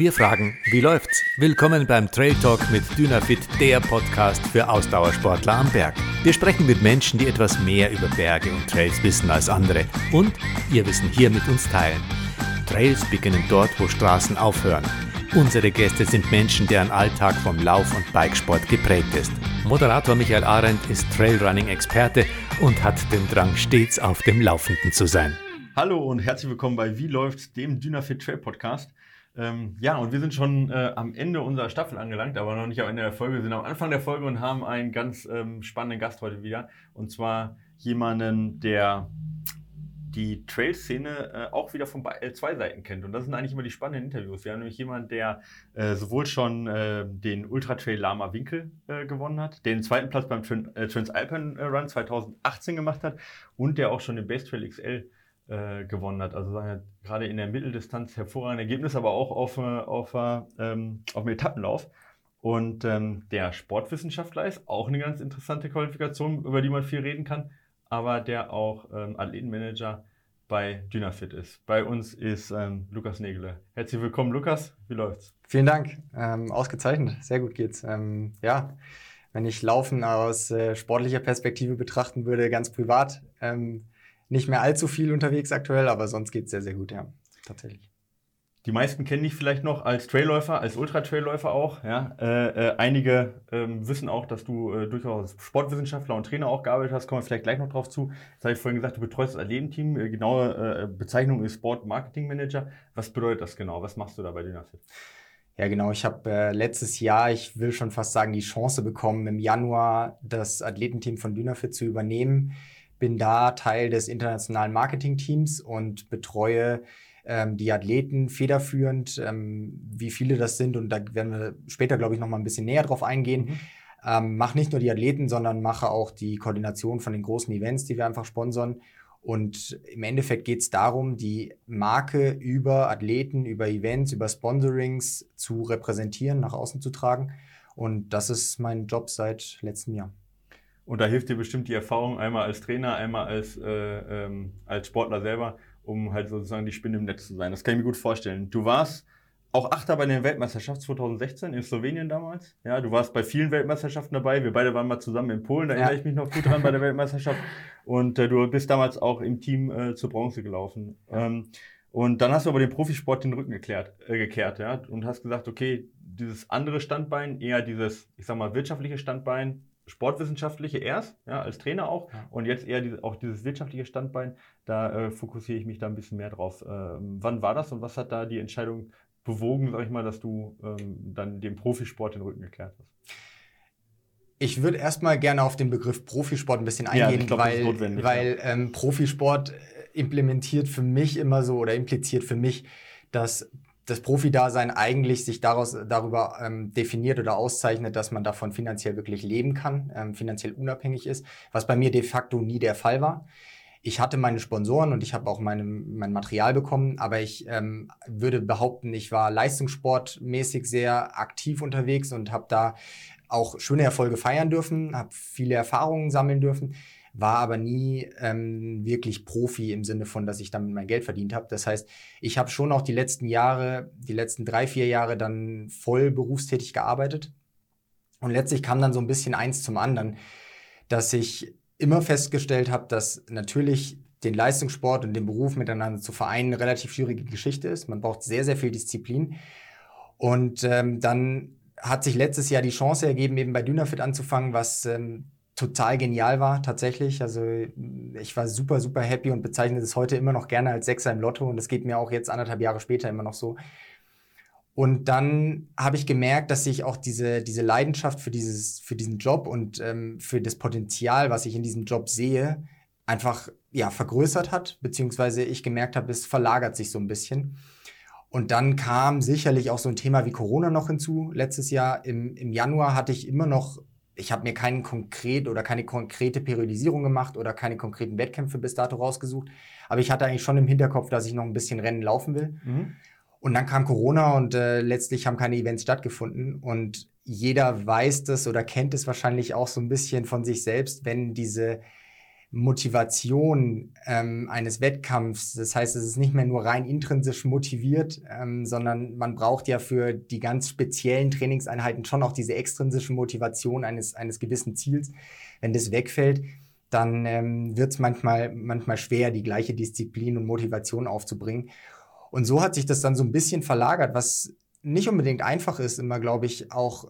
Wir fragen, wie läuft's? Willkommen beim Trail Talk mit Dynafit, der Podcast für Ausdauersportler am Berg. Wir sprechen mit Menschen, die etwas mehr über Berge und Trails wissen als andere und ihr Wissen hier mit uns teilen. Trails beginnen dort, wo Straßen aufhören. Unsere Gäste sind Menschen, deren Alltag vom Lauf- und Bikesport geprägt ist. Moderator Michael Arendt ist Trailrunning-Experte und hat den Drang, stets auf dem Laufenden zu sein. Hallo und herzlich willkommen bei Wie läuft's, dem Dynafit Trail Podcast. Und wir sind schon am Ende unserer Staffel angelangt, aber noch nicht am Ende der Folge. Wir sind am Anfang der Folge und haben einen ganz spannenden Gast heute wieder. Und zwar jemanden, der die Trail-Szene auch wieder von zwei Seiten kennt. Und das sind eigentlich immer die spannenden Interviews. Wir haben nämlich jemanden, der sowohl schon den Ultra-Trail Lama Winkel gewonnen hat, den zweiten Platz beim Transalpine Run 2018 gemacht hat und der auch schon den Base Trail XL gewonnen hat. Also gerade in der Mitteldistanz hervorragende Ergebnis, aber auch auf dem Etappenlauf. Und der Sportwissenschaftler ist auch eine ganz interessante Qualifikation, über die man viel reden kann, aber der auch Athletenmanager bei Dynafit ist. Bei uns ist Lukas Nägele. Herzlich willkommen, Lukas. Wie läuft's? Vielen Dank. Ausgezeichnet. Sehr gut geht's. Wenn ich Laufen aus sportlicher Perspektive betrachten würde, ganz privat, nicht mehr allzu viel unterwegs aktuell, aber sonst geht's sehr, sehr gut, ja, tatsächlich. Die meisten kennen dich vielleicht noch als Trailläufer, als Ultra-Trailläufer auch. Ja? Einige wissen auch, dass du durchaus als Sportwissenschaftler und Trainer auch gearbeitet hast. Kommen wir vielleicht gleich noch drauf zu. Jetzt habe ich vorhin gesagt, du betreust das Athletenteam. Genaue Bezeichnung ist Sport-Marketing-Manager. Was bedeutet das genau? Was machst du da bei Dynafit? Ja, genau. Ich habe letztes Jahr, ich will schon fast sagen, die Chance bekommen, im Januar das Athletenteam von Dynafit zu übernehmen. Bin da Teil des internationalen Marketing-Teams und betreue die Athleten federführend, wie viele das sind. Und da werden wir später, glaube ich, noch mal ein bisschen näher drauf eingehen. Mache nicht nur die Athleten, sondern mache auch die Koordination von den großen Events, die wir einfach sponsern. Und im Endeffekt geht es darum, die Marke über Athleten, über Events, über Sponsorings zu repräsentieren, nach außen zu tragen. Und das ist mein Job seit letztem Jahr. Und da hilft dir bestimmt die Erfahrung, einmal als Trainer, einmal als Sportler selber, um halt sozusagen die Spinne im Netz zu sein. Das kann ich mir gut vorstellen. Du warst auch Achter bei der Weltmeisterschaft 2016 in Slowenien damals. Ja, du warst bei vielen Weltmeisterschaften dabei. Wir beide waren mal zusammen in Polen, da erinnere ich mich noch gut dran bei der Weltmeisterschaft. Und du bist damals auch im Team zur Bronze gelaufen. Und dann hast du aber den Profisport den Rücken gekehrt, ja, und hast gesagt, okay, dieses andere Standbein, eher dieses, ich sag mal, wirtschaftliche Standbein, sportwissenschaftliche erst, ja, als Trainer auch, und jetzt eher auch dieses wirtschaftliche Standbein, da fokussiere ich mich da ein bisschen mehr drauf. Wann war das und was hat da die Entscheidung bewogen, sag ich mal, dass du dann dem Profisport den Rücken gekehrt hast? Ich würde erstmal gerne auf den Begriff Profisport ein bisschen eingehen, ja, ich glaub, weil Profisport impliziert für mich, dass das Profi-Dasein eigentlich sich darüber definiert oder auszeichnet, dass man davon finanziell wirklich leben kann, finanziell unabhängig ist, was bei mir de facto nie der Fall war. Ich hatte meine Sponsoren und ich habe auch mein Material bekommen, aber ich würde behaupten, ich war leistungssportmäßig sehr aktiv unterwegs und habe da auch schöne Erfolge feiern dürfen, habe viele Erfahrungen sammeln dürfen, war aber nie wirklich Profi im Sinne von, dass ich damit mein Geld verdient habe. Das heißt, ich habe schon auch die letzten 3-4 Jahre dann voll berufstätig gearbeitet. Und letztlich kam dann so ein bisschen eins zum anderen, dass ich immer festgestellt habe, dass natürlich den Leistungssport und den Beruf miteinander zu vereinen eine relativ schwierige Geschichte ist. Man braucht sehr, sehr viel Disziplin. Und dann hat sich letztes Jahr die Chance ergeben, eben bei Dynafit anzufangen, was total genial war, tatsächlich. Also ich war super, super happy und bezeichne das heute immer noch gerne als Sechser im Lotto. Und das geht mir auch jetzt 1,5 Jahre später immer noch so. Und dann habe ich gemerkt, dass ich auch diese Leidenschaft für diesen Job und für das Potenzial, was ich in diesem Job sehe, einfach vergrößert hat. Beziehungsweise ich gemerkt habe, es verlagert sich so ein bisschen. Und dann kam sicherlich auch so ein Thema wie Corona noch hinzu. Letztes Jahr im Januar hatte ich immer noch, ich habe mir keine konkrete Periodisierung gemacht oder keine konkreten Wettkämpfe bis dato rausgesucht. Aber ich hatte eigentlich schon im Hinterkopf, dass ich noch ein bisschen Rennen laufen will. Und dann kam Corona und letztlich haben keine Events stattgefunden. Und jeder weiß das oder kennt es wahrscheinlich auch so ein bisschen von sich selbst, wenn diese Motivation eines Wettkampfs. Das heißt, es ist nicht mehr nur rein intrinsisch motiviert, sondern man braucht ja für die ganz speziellen Trainingseinheiten schon auch diese extrinsische Motivation eines gewissen Ziels. Wenn das wegfällt, dann wird es manchmal schwer, die gleiche Disziplin und Motivation aufzubringen. Und so hat sich das dann so ein bisschen verlagert, was nicht unbedingt einfach ist, immer, glaube ich, auch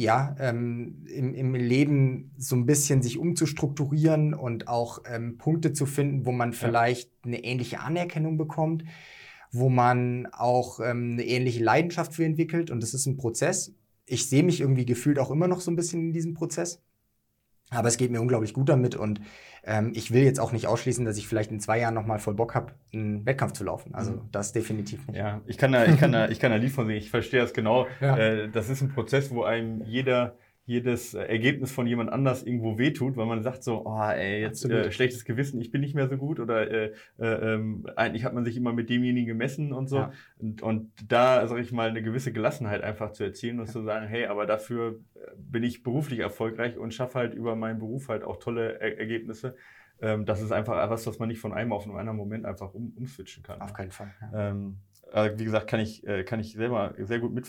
im Leben so ein bisschen sich umzustrukturieren und auch Punkte zu finden, wo man vielleicht eine ähnliche Anerkennung bekommt, wo man auch eine ähnliche Leidenschaft für entwickelt. Und das ist ein Prozess. Ich sehe mich irgendwie gefühlt auch immer noch so ein bisschen in diesem Prozess. Aber es geht mir unglaublich gut damit und ich will jetzt auch nicht ausschließen, dass ich vielleicht in 2 Jahren nochmal voll Bock habe, einen Wettkampf zu laufen. Also das definitiv nicht. Ja, ich kann da ein Lied von singen. Ich verstehe das genau. Ja. Das ist ein Prozess, wo einem jedes Ergebnis von jemand anders irgendwo wehtut, weil man sagt so, oh ey, jetzt schlechtes Gewissen, ich bin nicht mehr so gut oder eigentlich hat man sich immer mit demjenigen gemessen und so. Ja. Und da, sag ich mal, eine gewisse Gelassenheit einfach zu erzielen und zu sagen, hey, aber dafür bin ich beruflich erfolgreich und schaffe halt über meinen Beruf halt auch tolle Ergebnisse. Das ist einfach etwas, was man nicht von einem auf einen anderen Moment einfach umswitchen kann. Auf keinen Fall. Ja. Wie gesagt, kann ich selber sehr gut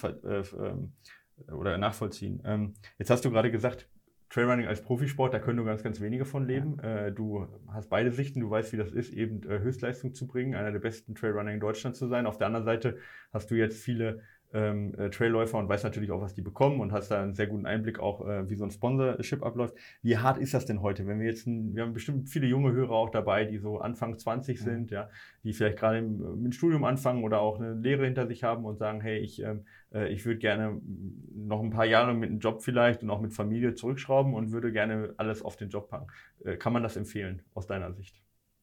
oder nachvollziehen. Jetzt hast du gerade gesagt, Trailrunning als Profisport, da können nur ganz, ganz wenige von leben. Ja. Du hast beide Sichten, du weißt, wie das ist, eben Höchstleistung zu bringen, einer der besten Trailrunner in Deutschland zu sein. Auf der anderen Seite hast du jetzt viele Trailläufer und weißt natürlich auch, was die bekommen und hast da einen sehr guten Einblick auch, wie so ein Sponsorship abläuft. Wie hart ist das denn heute, wenn wir haben bestimmt viele junge Hörer auch dabei, die so Anfang 20 sind, ja, die vielleicht gerade mit dem Studium anfangen oder auch eine Lehre hinter sich haben und sagen, hey, ich würde gerne noch ein paar Jahre mit einem Job vielleicht und auch mit Familie zurückschrauben und würde gerne alles auf den Job packen. Kann man das empfehlen, aus deiner Sicht?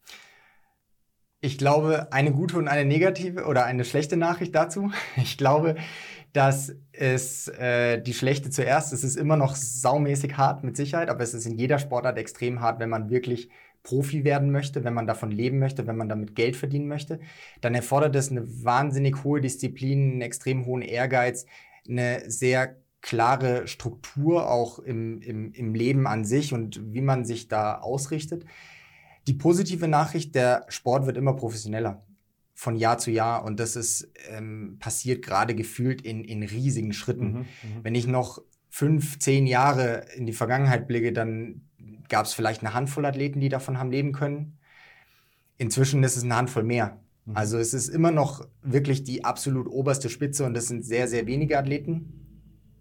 Ich glaube, eine gute und eine negative oder eine schlechte Nachricht dazu. Ich glaube, dass es die schlechte zuerst, es ist immer noch saumäßig hart mit Sicherheit, aber es ist in jeder Sportart extrem hart, wenn man wirklich Profi werden möchte, wenn man davon leben möchte, wenn man damit Geld verdienen möchte. Dann erfordert es eine wahnsinnig hohe Disziplin, einen extrem hohen Ehrgeiz, eine sehr klare Struktur auch im Leben an sich und wie man sich da ausrichtet. Die positive Nachricht, der Sport wird immer professioneller von Jahr zu Jahr und das ist passiert gerade gefühlt in riesigen Schritten. Wenn ich noch 5-10 Jahre in die Vergangenheit blicke, dann gab es vielleicht eine Handvoll Athleten, die davon haben leben können. Inzwischen ist es eine Handvoll mehr. Also es ist immer noch wirklich die absolut oberste Spitze und das sind sehr, sehr wenige Athleten.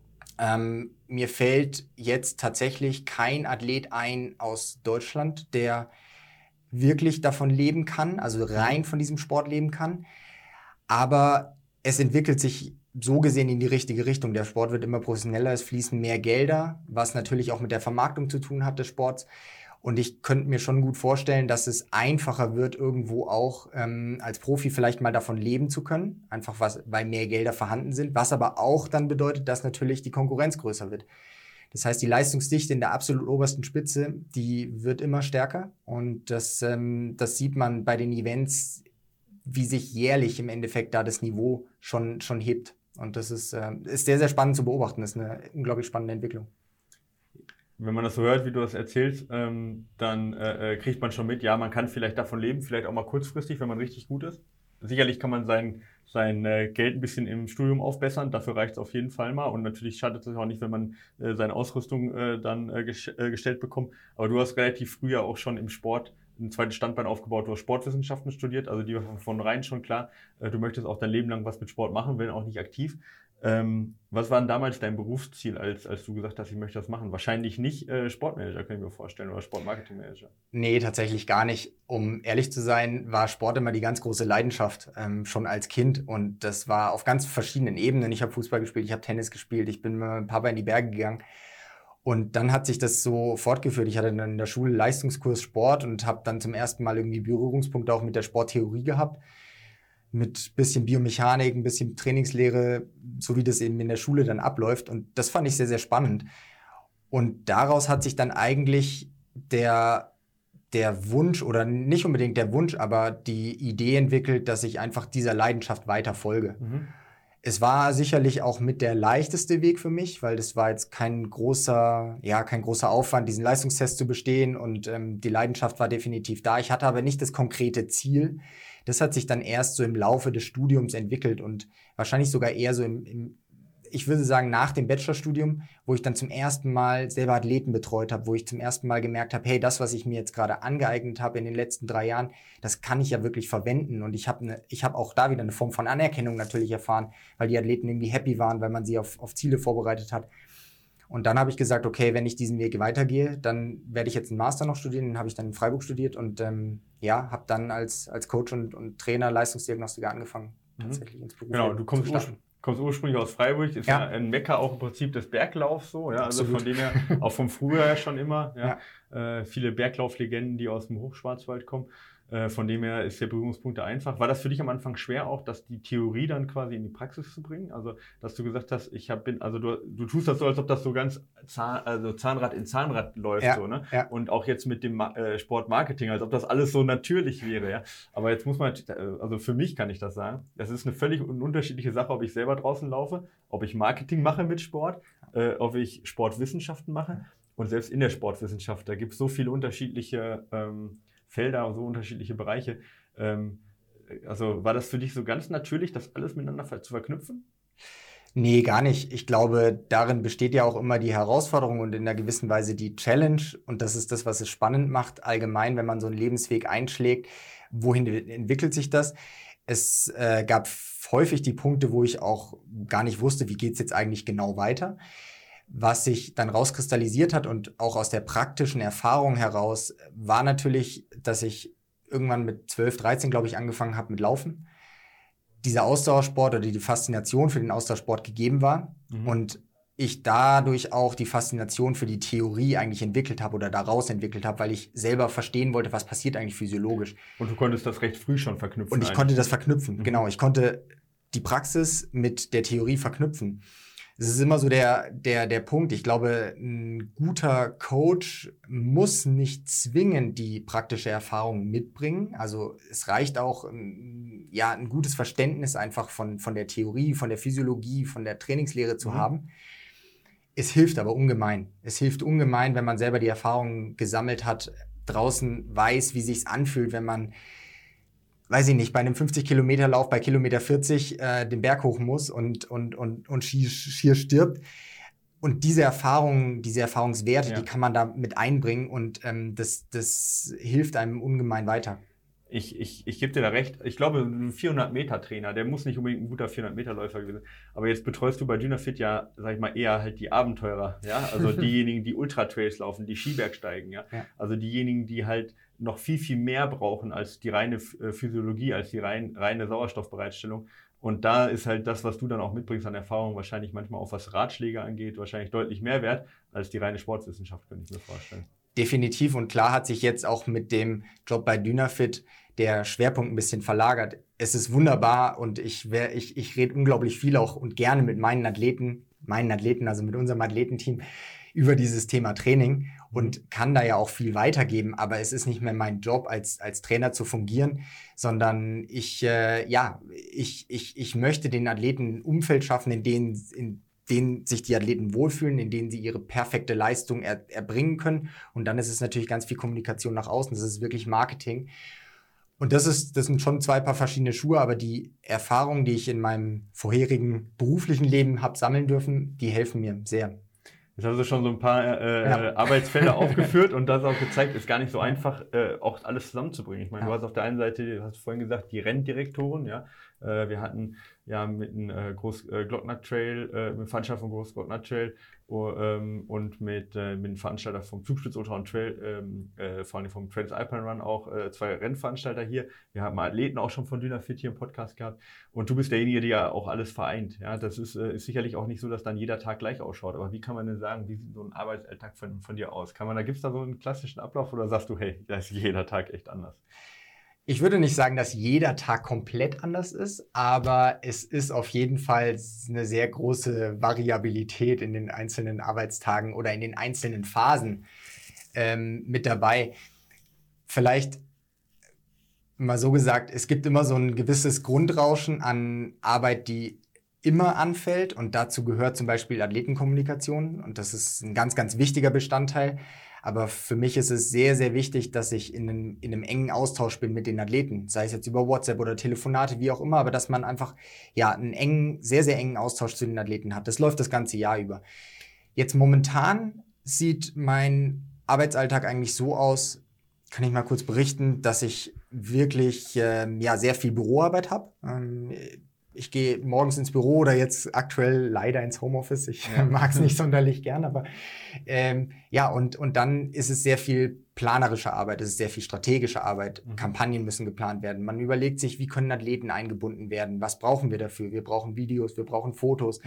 Mir fällt jetzt tatsächlich kein Athlet ein aus Deutschland, der wirklich davon leben kann, also rein von diesem Sport leben kann. Aber es entwickelt sich so gesehen in die richtige Richtung. Der Sport wird immer professioneller, es fließen mehr Gelder, was natürlich auch mit der Vermarktung zu tun hat des Sports. Und ich könnte mir schon gut vorstellen, dass es einfacher wird, irgendwo auch als Profi vielleicht mal davon leben zu können. Einfach weil mehr Gelder vorhanden sind, was aber auch dann bedeutet, dass natürlich die Konkurrenz größer wird. Das heißt, die Leistungsdichte in der absolut obersten Spitze, die wird immer stärker. Und das sieht man bei den Events, wie sich jährlich im Endeffekt da das Niveau schon hebt. Und das ist sehr, sehr spannend zu beobachten. Das ist eine unglaublich spannende Entwicklung. Wenn man das so hört, wie du das erzählst, dann kriegt man schon mit, ja, man kann vielleicht davon leben, vielleicht auch mal kurzfristig, wenn man richtig gut ist. Sicherlich kann man sein Geld ein bisschen im Studium aufbessern, dafür reicht es auf jeden Fall mal und natürlich schadet es auch nicht, wenn man seine Ausrüstung dann gestellt bekommt. Aber du hast relativ früh ja auch schon im Sport ein zweites Standbein aufgebaut, du hast Sportwissenschaften studiert, also die war von vornherein schon klar, du möchtest auch dein Leben lang was mit Sport machen, wenn auch nicht aktiv. Was war denn damals dein Berufsziel, als du gesagt hast, ich möchte das machen? Wahrscheinlich nicht Sportmanager, kann ich mir vorstellen, oder Sportmarketingmanager. Nee, tatsächlich gar nicht. Um ehrlich zu sein, war Sport immer die ganz große Leidenschaft, schon als Kind. Und das war auf ganz verschiedenen Ebenen. Ich habe Fußball gespielt, ich habe Tennis gespielt, ich bin mit meinem Papa in die Berge gegangen. Und dann hat sich das so fortgeführt. Ich hatte dann in der Schule Leistungskurs Sport und habe dann zum ersten Mal irgendwie Berührungspunkte auch mit der Sporttheorie gehabt. Mit bisschen Biomechanik, ein bisschen Trainingslehre, so wie das eben in der Schule dann abläuft. Und das fand ich sehr, sehr spannend. Und daraus hat sich dann eigentlich der Wunsch, oder nicht unbedingt der Wunsch, aber die Idee entwickelt, dass ich einfach dieser Leidenschaft weiter folge. Es war sicherlich auch mit der leichteste Weg für mich, weil das war jetzt kein großer Aufwand, diesen Leistungstest zu bestehen und die Leidenschaft war definitiv da. Ich hatte aber nicht das konkrete Ziel. Das hat sich dann erst so im Laufe des Studiums entwickelt und wahrscheinlich sogar eher so ich würde sagen, nach dem Bachelorstudium, wo ich dann zum ersten Mal selber Athleten betreut habe, wo ich zum ersten Mal gemerkt habe, hey, das, was ich mir jetzt gerade angeeignet habe in den letzten 3 Jahren, das kann ich ja wirklich verwenden. Und ich habe auch da wieder eine Form von Anerkennung natürlich erfahren, weil die Athleten irgendwie happy waren, weil man sie auf Ziele vorbereitet hat. Und dann habe ich gesagt, okay, wenn ich diesen Weg weitergehe, dann werde ich jetzt einen Master noch studieren. Den habe ich dann in Freiburg studiert und habe dann als Coach und Trainer, Leistungsdiagnostiker angefangen, tatsächlich ins Beruf. Genau, du kommst ursprünglich aus Freiburg, ist ja ein Mekka auch im Prinzip des Berglaufs so, ja, also absolut. von dem her, auch vom Frühjahr ja schon immer, viele Berglauflegenden, die aus dem Hochschwarzwald kommen, von dem her ist der Berührungspunkt einfach. War das für dich am Anfang schwer auch, dass die Theorie dann quasi in die Praxis zu bringen? Also, dass du gesagt hast, du tust das so, als ob das so ganz Zahnrad in Zahnrad läuft, so, ne? Ja. Und auch jetzt mit dem Sportmarketing, als ob das alles so natürlich wäre, ja. Aber jetzt muss man, also für mich kann ich das sagen, das ist eine völlig unterschiedliche Sache, ob ich selber draußen laufe, ob ich Marketing mache mit Sport, ob ich Sportwissenschaften mache. Und selbst in der Sportwissenschaft, da gibt es so viele unterschiedliche Felder und so unterschiedliche Bereiche. Also war das für dich so ganz natürlich, das alles miteinander zu verknüpfen? Nee, gar nicht. Ich glaube, darin besteht ja auch immer die Herausforderung und in einer gewissen Weise die Challenge. Und das ist das, was es spannend macht, allgemein, wenn man so einen Lebensweg einschlägt. Wohin entwickelt sich das? Es gab häufig die Punkte, wo ich auch gar nicht wusste, wie geht es jetzt eigentlich genau weiter. Was sich dann rauskristallisiert hat und auch aus der praktischen Erfahrung heraus war natürlich, dass ich irgendwann mit 12, 13, glaube ich, angefangen habe mit Laufen. Dieser Ausdauersport oder die Faszination für den Ausdauersport gegeben war und ich dadurch auch die Faszination für die Theorie eigentlich entwickelt habe oder daraus entwickelt habe, weil ich selber verstehen wollte, was passiert eigentlich physiologisch. Und du konntest das recht früh schon verknüpfen. Und ich konnte das verknüpfen, genau. Ich konnte die Praxis mit der Theorie verknüpfen. Das ist immer so der Punkt. Ich glaube, ein guter Coach muss nicht zwingend die praktische Erfahrung mitbringen. Also es reicht auch ein gutes Verständnis einfach von der Theorie, von der Physiologie, von der Trainingslehre zu haben. Es hilft aber ungemein. Es hilft ungemein, wenn man selber die Erfahrung gesammelt hat, draußen weiß, wie sich's anfühlt, wenn man, weiß ich nicht, bei einem 50-Kilometer-Lauf bei Kilometer 40 den Berg hoch muss und schier stirbt. Und diese Erfahrungswerte, die kann man da mit einbringen und das hilft einem ungemein weiter. Ich gebe dir da recht. Ich glaube, ein 400-Meter-Trainer, der muss nicht unbedingt ein guter 400-Meter-Läufer gewesen sein. Aber jetzt betreust du bei Dynafit ja, sag ich mal, eher halt die Abenteurer. Ja? Also diejenigen, die Ultra-Trails laufen, die Skiberg steigen. Ja? Also diejenigen, die halt noch viel, viel mehr brauchen als die reine Physiologie, als die reine Sauerstoffbereitstellung. Und da ist halt das, was du dann auch mitbringst an Erfahrung, wahrscheinlich manchmal auch was Ratschläge angeht, wahrscheinlich deutlich mehr wert als die reine Sportwissenschaft, könnte ich mir vorstellen. Definitiv, und klar hat sich jetzt auch mit dem Job bei Dynafit der Schwerpunkt ein bisschen verlagert. Es ist wunderbar und ich rede unglaublich viel auch und gerne mit meinen Athleten, also mit unserem Athletenteam über dieses Thema Training und kann da ja auch viel weitergeben, aber es ist nicht mehr mein Job als Trainer zu fungieren, sondern ich möchte den Athleten ein Umfeld schaffen, in denen sich die Athleten wohlfühlen, in denen sie ihre perfekte Leistung erbringen können. Und dann ist es natürlich ganz viel Kommunikation nach außen. Das ist wirklich Marketing. Und das sind schon 2 Paar verschiedene Schuhe, aber die Erfahrungen, die ich in meinem vorherigen beruflichen Leben habe sammeln dürfen, die helfen mir sehr. Jetzt hast du schon so ein paar Arbeitsfelder aufgeführt und das auch gezeigt, ist gar nicht so einfach, auch alles zusammenzubringen. Ich meine, du hast auf der einen Seite, hast du vorhin gesagt, die Renndirektoren, ja. Wir hatten ja mit dem Großglockner-Trail, mit Veranstalter vom Großglockner-Trail und mit dem Veranstalter vom Zugspitz Ultra und Trail, vor allem vom Trans Alpine Run auch 2 Rennveranstalter hier. Wir haben Athleten auch schon von Dynafit hier im Podcast gehabt. Und du bist derjenige, der ja auch alles vereint. Ja, das ist sicherlich auch nicht so, dass dann jeder Tag gleich ausschaut. Aber wie kann man denn sagen, wie sieht so ein Arbeitsalltag von dir aus? Gibt es da so einen klassischen Ablauf oder sagst du, hey, da ist jeder Tag echt anders? Ich würde nicht sagen, dass jeder Tag komplett anders ist, aber es ist auf jeden Fall eine sehr große Variabilität in den einzelnen Arbeitstagen oder in den einzelnen Phasen mit dabei. Vielleicht mal so gesagt, es gibt immer so ein gewisses Grundrauschen an Arbeit, die immer anfällt und dazu gehört zum Beispiel Athletenkommunikation und das ist ein ganz, ganz wichtiger Bestandteil. Aber für mich ist es sehr, sehr wichtig, dass ich in einem engen Austausch bin mit den Athleten, sei es jetzt über WhatsApp oder Telefonate, wie auch immer, aber dass man einfach einen sehr, sehr engen Austausch zu den Athleten hat. Das läuft das ganze Jahr über. Jetzt momentan sieht mein Arbeitsalltag eigentlich so aus, kann ich mal kurz berichten, dass ich wirklich sehr viel Büroarbeit habe. Ich gehe morgens ins Büro oder jetzt aktuell leider ins Homeoffice. Ich mag es nicht sonderlich gern, aber und dann ist es sehr viel planerische Arbeit, es ist sehr viel strategische Arbeit. Kampagnen müssen geplant werden. Man überlegt sich, wie können Athleten eingebunden werden? Was brauchen wir dafür? Wir brauchen Videos, wir brauchen Fotos.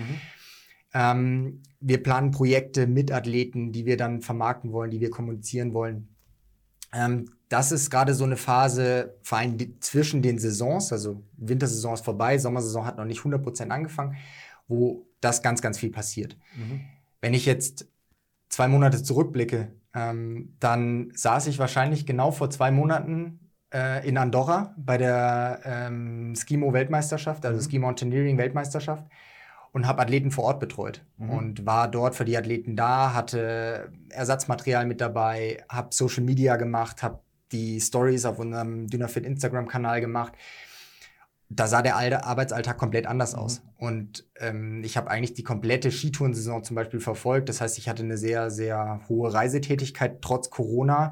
Wir planen Projekte mit Athleten, die wir dann vermarkten wollen, die wir kommunizieren wollen. Das ist gerade so eine Phase, vor allem zwischen den Saisons, also Wintersaison ist vorbei, Sommersaison hat noch nicht 100% angefangen, wo das ganz, ganz viel passiert. Wenn ich jetzt 2 Monate zurückblicke, dann saß ich wahrscheinlich genau vor 2 Monaten in Andorra bei der Skimo-Weltmeisterschaft, also Ski-Mountaineering-Weltmeisterschaft und habe Athleten vor Ort betreut und war dort für die Athleten da, hatte Ersatzmaterial mit dabei, habe Social Media gemacht, habe die Stories auf unserem Dynafit Instagram-Kanal gemacht. Da sah der Arbeitsalltag komplett anders aus. Und ich habe eigentlich die komplette Skitourensaison zum Beispiel verfolgt. Das heißt, ich hatte eine sehr, sehr hohe Reisetätigkeit trotz Corona.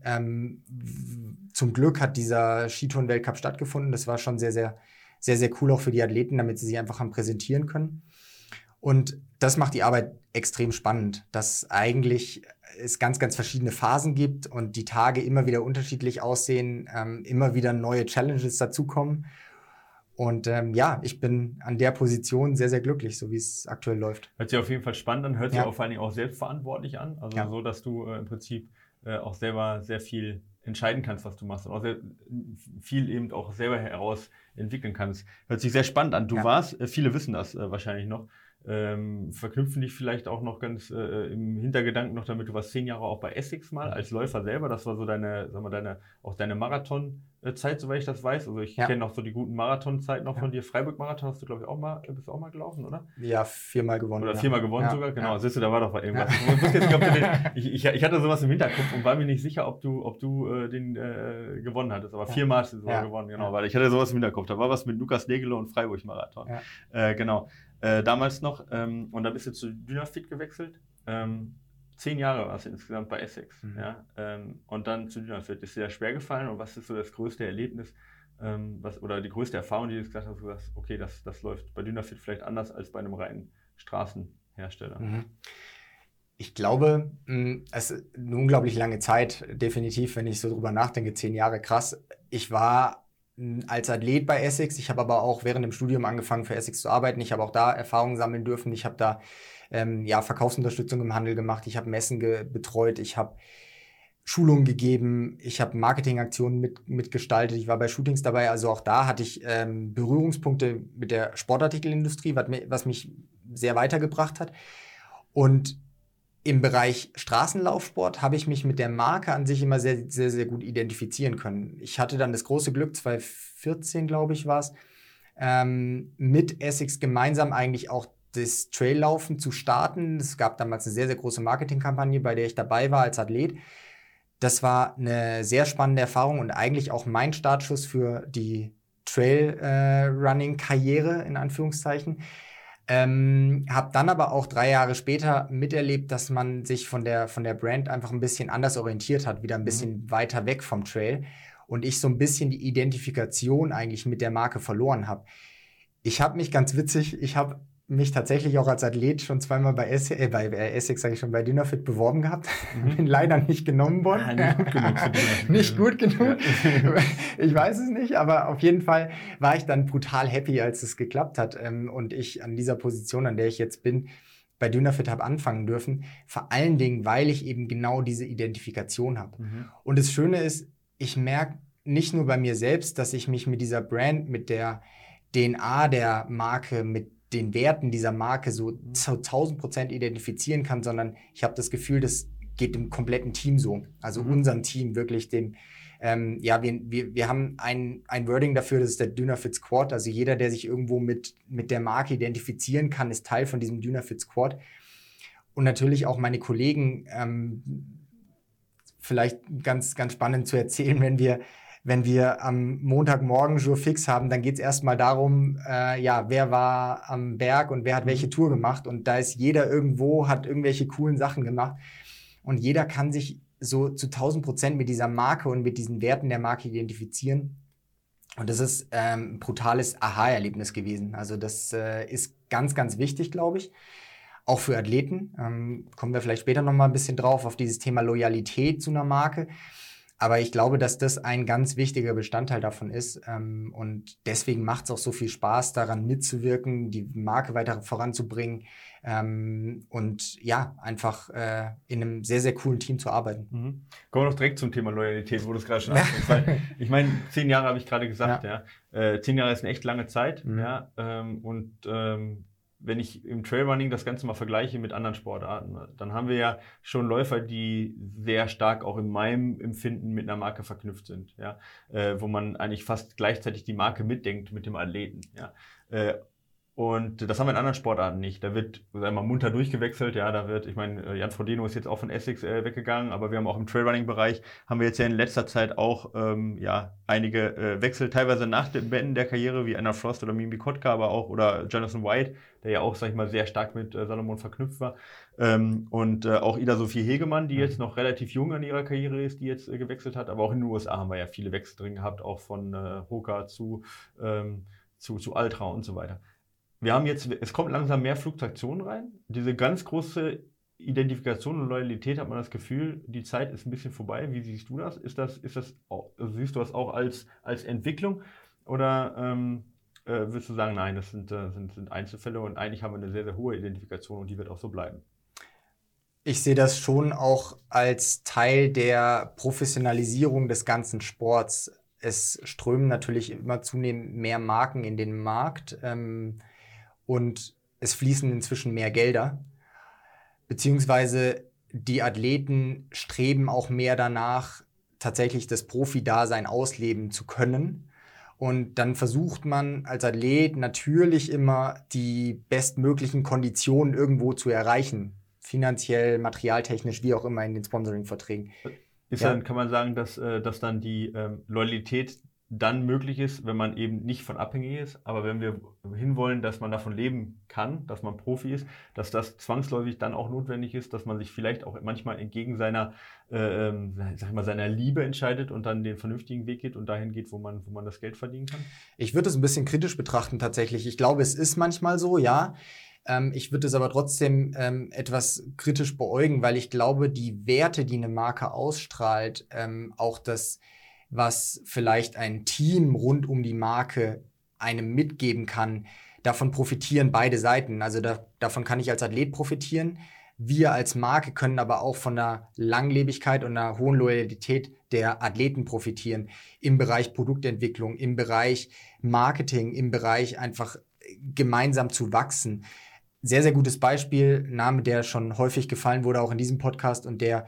Zum Glück hat dieser Skitouren-Weltcup stattgefunden. Das war schon sehr, sehr, sehr, sehr cool auch für die Athleten, damit sie sich einfach präsentieren können. Und das macht die Arbeit extrem spannend, dass eigentlich es ganz, ganz verschiedene Phasen gibt und die Tage immer wieder unterschiedlich aussehen, immer wieder neue Challenges dazukommen. Und ich bin an der Position sehr, sehr glücklich, so wie es aktuell läuft. Hört sich auf jeden Fall spannend an, hört sich auch vor allen Dingen auch selbstverantwortlich an. Also so, dass du im Prinzip auch selber sehr viel entscheiden kannst, was du machst und auch sehr viel eben auch selber heraus entwickeln kannst. Hört sich sehr spannend an. Du warst, viele wissen das wahrscheinlich noch, verknüpfen dich vielleicht auch noch ganz im Hintergedanken noch damit, du warst 10 Jahre auch bei Essex mal als Läufer selber, das war so deine Marathonzeit, soweit ich das weiß, also ich kenne noch so die guten Marathonzeiten noch von dir, Freiburg-Marathon hast du glaube ich bist du auch mal gelaufen, oder? Ja, 4-mal gewonnen. Oder 4-mal gewonnen sogar, genau, siehst du, da war doch irgendwas. Ich hatte sowas im Hinterkopf und war mir nicht sicher, ob du den gewonnen hattest, aber 4-mal hast du sogar gewonnen, genau, weil ich hatte sowas im Hinterkopf, da war was mit Lukas Nägele und Freiburg-Marathon, genau. Damals noch, und dann bist du zu Dynafit gewechselt. 10 Jahre warst du insgesamt bei Essex. Und dann zu Dynafit. Ist dir das schwer gefallen und was ist so das größte Erlebnis oder die größte Erfahrung, die du gesagt hast, okay, das läuft bei Dynafit vielleicht anders als bei einem reinen Straßenhersteller? Ich glaube, es ist eine unglaublich lange Zeit, definitiv, wenn ich so drüber nachdenke, 10 Jahre, krass. Ich war als Athlet bei Essex. Ich habe aber auch während dem Studium angefangen, für Essex zu arbeiten. Ich habe auch da Erfahrungen sammeln dürfen. Ich habe da Verkaufsunterstützung im Handel gemacht. Ich habe Messen betreut. Ich habe Schulungen gegeben. Ich habe Marketingaktionen mitgestaltet. Ich war bei Shootings dabei. Also auch da hatte ich Berührungspunkte mit der Sportartikelindustrie, was mich sehr weitergebracht hat. Und im Bereich Straßenlaufsport habe ich mich mit der Marke an sich immer sehr, sehr, sehr gut identifizieren können. Ich hatte dann das große Glück, 2014, glaube ich, war es, mit Essex gemeinsam eigentlich auch das Traillaufen zu starten. Es gab damals eine sehr, sehr große Marketingkampagne, bei der ich dabei war als Athlet. Das war eine sehr spannende Erfahrung und eigentlich auch mein Startschuss für die Trail-Running-Karriere, in Anführungszeichen. Habe dann aber auch 3 Jahre später miterlebt, dass man sich von der Brand einfach ein bisschen anders orientiert hat, wieder ein bisschen weiter weg vom Trail und ich so ein bisschen die Identifikation eigentlich mit der Marke verloren habe. Ich habe mich tatsächlich auch als Athlet schon 2-mal bei Essex, sage ich schon, bei Dynafit beworben gehabt. Bin leider nicht genommen worden. Nicht gut genug. Ich weiß es nicht, aber auf jeden Fall war ich dann brutal happy, als es geklappt hat. Und ich an dieser Position, an der ich jetzt bin, bei Dynafit habe anfangen dürfen. Vor allen Dingen, weil ich eben genau diese Identifikation habe. Und das Schöne ist, ich merke nicht nur bei mir selbst, dass ich mich mit dieser Brand, mit der DNA der Marke, mit den Werten dieser Marke so zu 1000% identifizieren kann, sondern ich habe das Gefühl, das geht dem kompletten Team so. Also unserem Team wirklich dem, wir haben ein Wording dafür, das ist der Dynafit Squad. Also jeder, der sich irgendwo mit der Marke identifizieren kann, ist Teil von diesem Dynafit Squad. Und natürlich auch meine Kollegen, vielleicht ganz, ganz spannend zu erzählen, wenn wir am Montagmorgen Jour fix haben, dann geht es erstmal darum, wer war am Berg und wer hat welche Tour gemacht. Und da ist jeder irgendwo, hat irgendwelche coolen Sachen gemacht. Und jeder kann sich so zu 1000% mit dieser Marke und mit diesen Werten der Marke identifizieren. Und das ist ein brutales Aha-Erlebnis gewesen. Also das ist ganz, ganz wichtig, glaube ich. Auch für Athleten. Kommen wir vielleicht später noch mal ein bisschen drauf, auf dieses Thema Loyalität zu einer Marke. Aber ich glaube, dass das ein ganz wichtiger Bestandteil davon ist. Und deswegen macht es auch so viel Spaß, daran mitzuwirken, die Marke weiter voranzubringen und ja, einfach in einem sehr, sehr coolen Team zu arbeiten. Kommen wir doch direkt zum Thema Loyalität, wo du es gerade schon ansprichst. Weil ich meine, 10 Jahre habe ich gerade gesagt, 10 Jahre ist eine echt lange Zeit. Wenn ich im Trailrunning das Ganze mal vergleiche mit anderen Sportarten, dann haben wir ja schon Läufer, die sehr stark auch in meinem Empfinden mit einer Marke verknüpft sind, wo man eigentlich fast gleichzeitig die Marke mitdenkt mit dem Athleten. Und das haben wir in anderen Sportarten nicht. Da wird, sagen wir mal, munter durchgewechselt. Ich meine, Jan Frodeno ist jetzt auch von Essex weggegangen, aber wir haben auch im Trailrunning-Bereich, haben wir jetzt ja in letzter Zeit auch einige Wechsel, teilweise nach dem Beenden der Karriere, wie Anna Frost oder Mimi Kotka, aber auch, oder Jonathan White, der ja auch, sag ich mal, sehr stark mit Salomon verknüpft war. Auch Ida-Sophie Hegemann, die jetzt noch relativ jung an ihrer Karriere ist, die jetzt gewechselt hat. Aber auch in den USA haben wir ja viele Wechsel drin gehabt, auch von Hoka zu Altra und so weiter. Wir haben jetzt, es kommt langsam mehr Fluktuation rein. Diese ganz große Identifikation und Loyalität, hat man das Gefühl, die Zeit ist ein bisschen vorbei. Wie siehst du das? Siehst du das auch als Entwicklung? Oder würdest du sagen, nein, das sind Einzelfälle und eigentlich haben wir eine sehr, sehr hohe Identifikation und die wird auch so bleiben? Ich sehe das schon auch als Teil der Professionalisierung des ganzen Sports. Es strömen natürlich immer zunehmend mehr Marken in den Markt. Und es fließen inzwischen mehr Gelder, beziehungsweise die Athleten streben auch mehr danach, tatsächlich das Profi-Dasein ausleben zu können. Und dann versucht man als Athlet natürlich immer die bestmöglichen Konditionen irgendwo zu erreichen, finanziell, materialtechnisch, wie auch immer in den Sponsoring-Verträgen. Dann kann man sagen, dass dann die Loyalität dann möglich ist, wenn man eben nicht von abhängig ist. Aber wenn wir hinwollen, dass man davon leben kann, dass man Profi ist, dass das zwangsläufig dann auch notwendig ist, dass man sich vielleicht auch manchmal entgegen seiner Liebe entscheidet und dann den vernünftigen Weg geht und dahin geht, wo man das Geld verdienen kann? Ich würde es ein bisschen kritisch betrachten tatsächlich. Ich glaube, es ist manchmal so, ja. Ich würde es aber trotzdem etwas kritisch beäugen, weil ich glaube, die Werte, die eine Marke ausstrahlt, auch das, was vielleicht ein Team rund um die Marke einem mitgeben kann, davon profitieren beide Seiten. Also davon kann ich als Athlet profitieren. Wir als Marke können aber auch von der Langlebigkeit und einer hohen Loyalität der Athleten profitieren. Im Bereich Produktentwicklung, im Bereich Marketing, im Bereich einfach gemeinsam zu wachsen. Sehr, sehr gutes Beispiel, Name, der schon häufig gefallen wurde, auch in diesem Podcast und der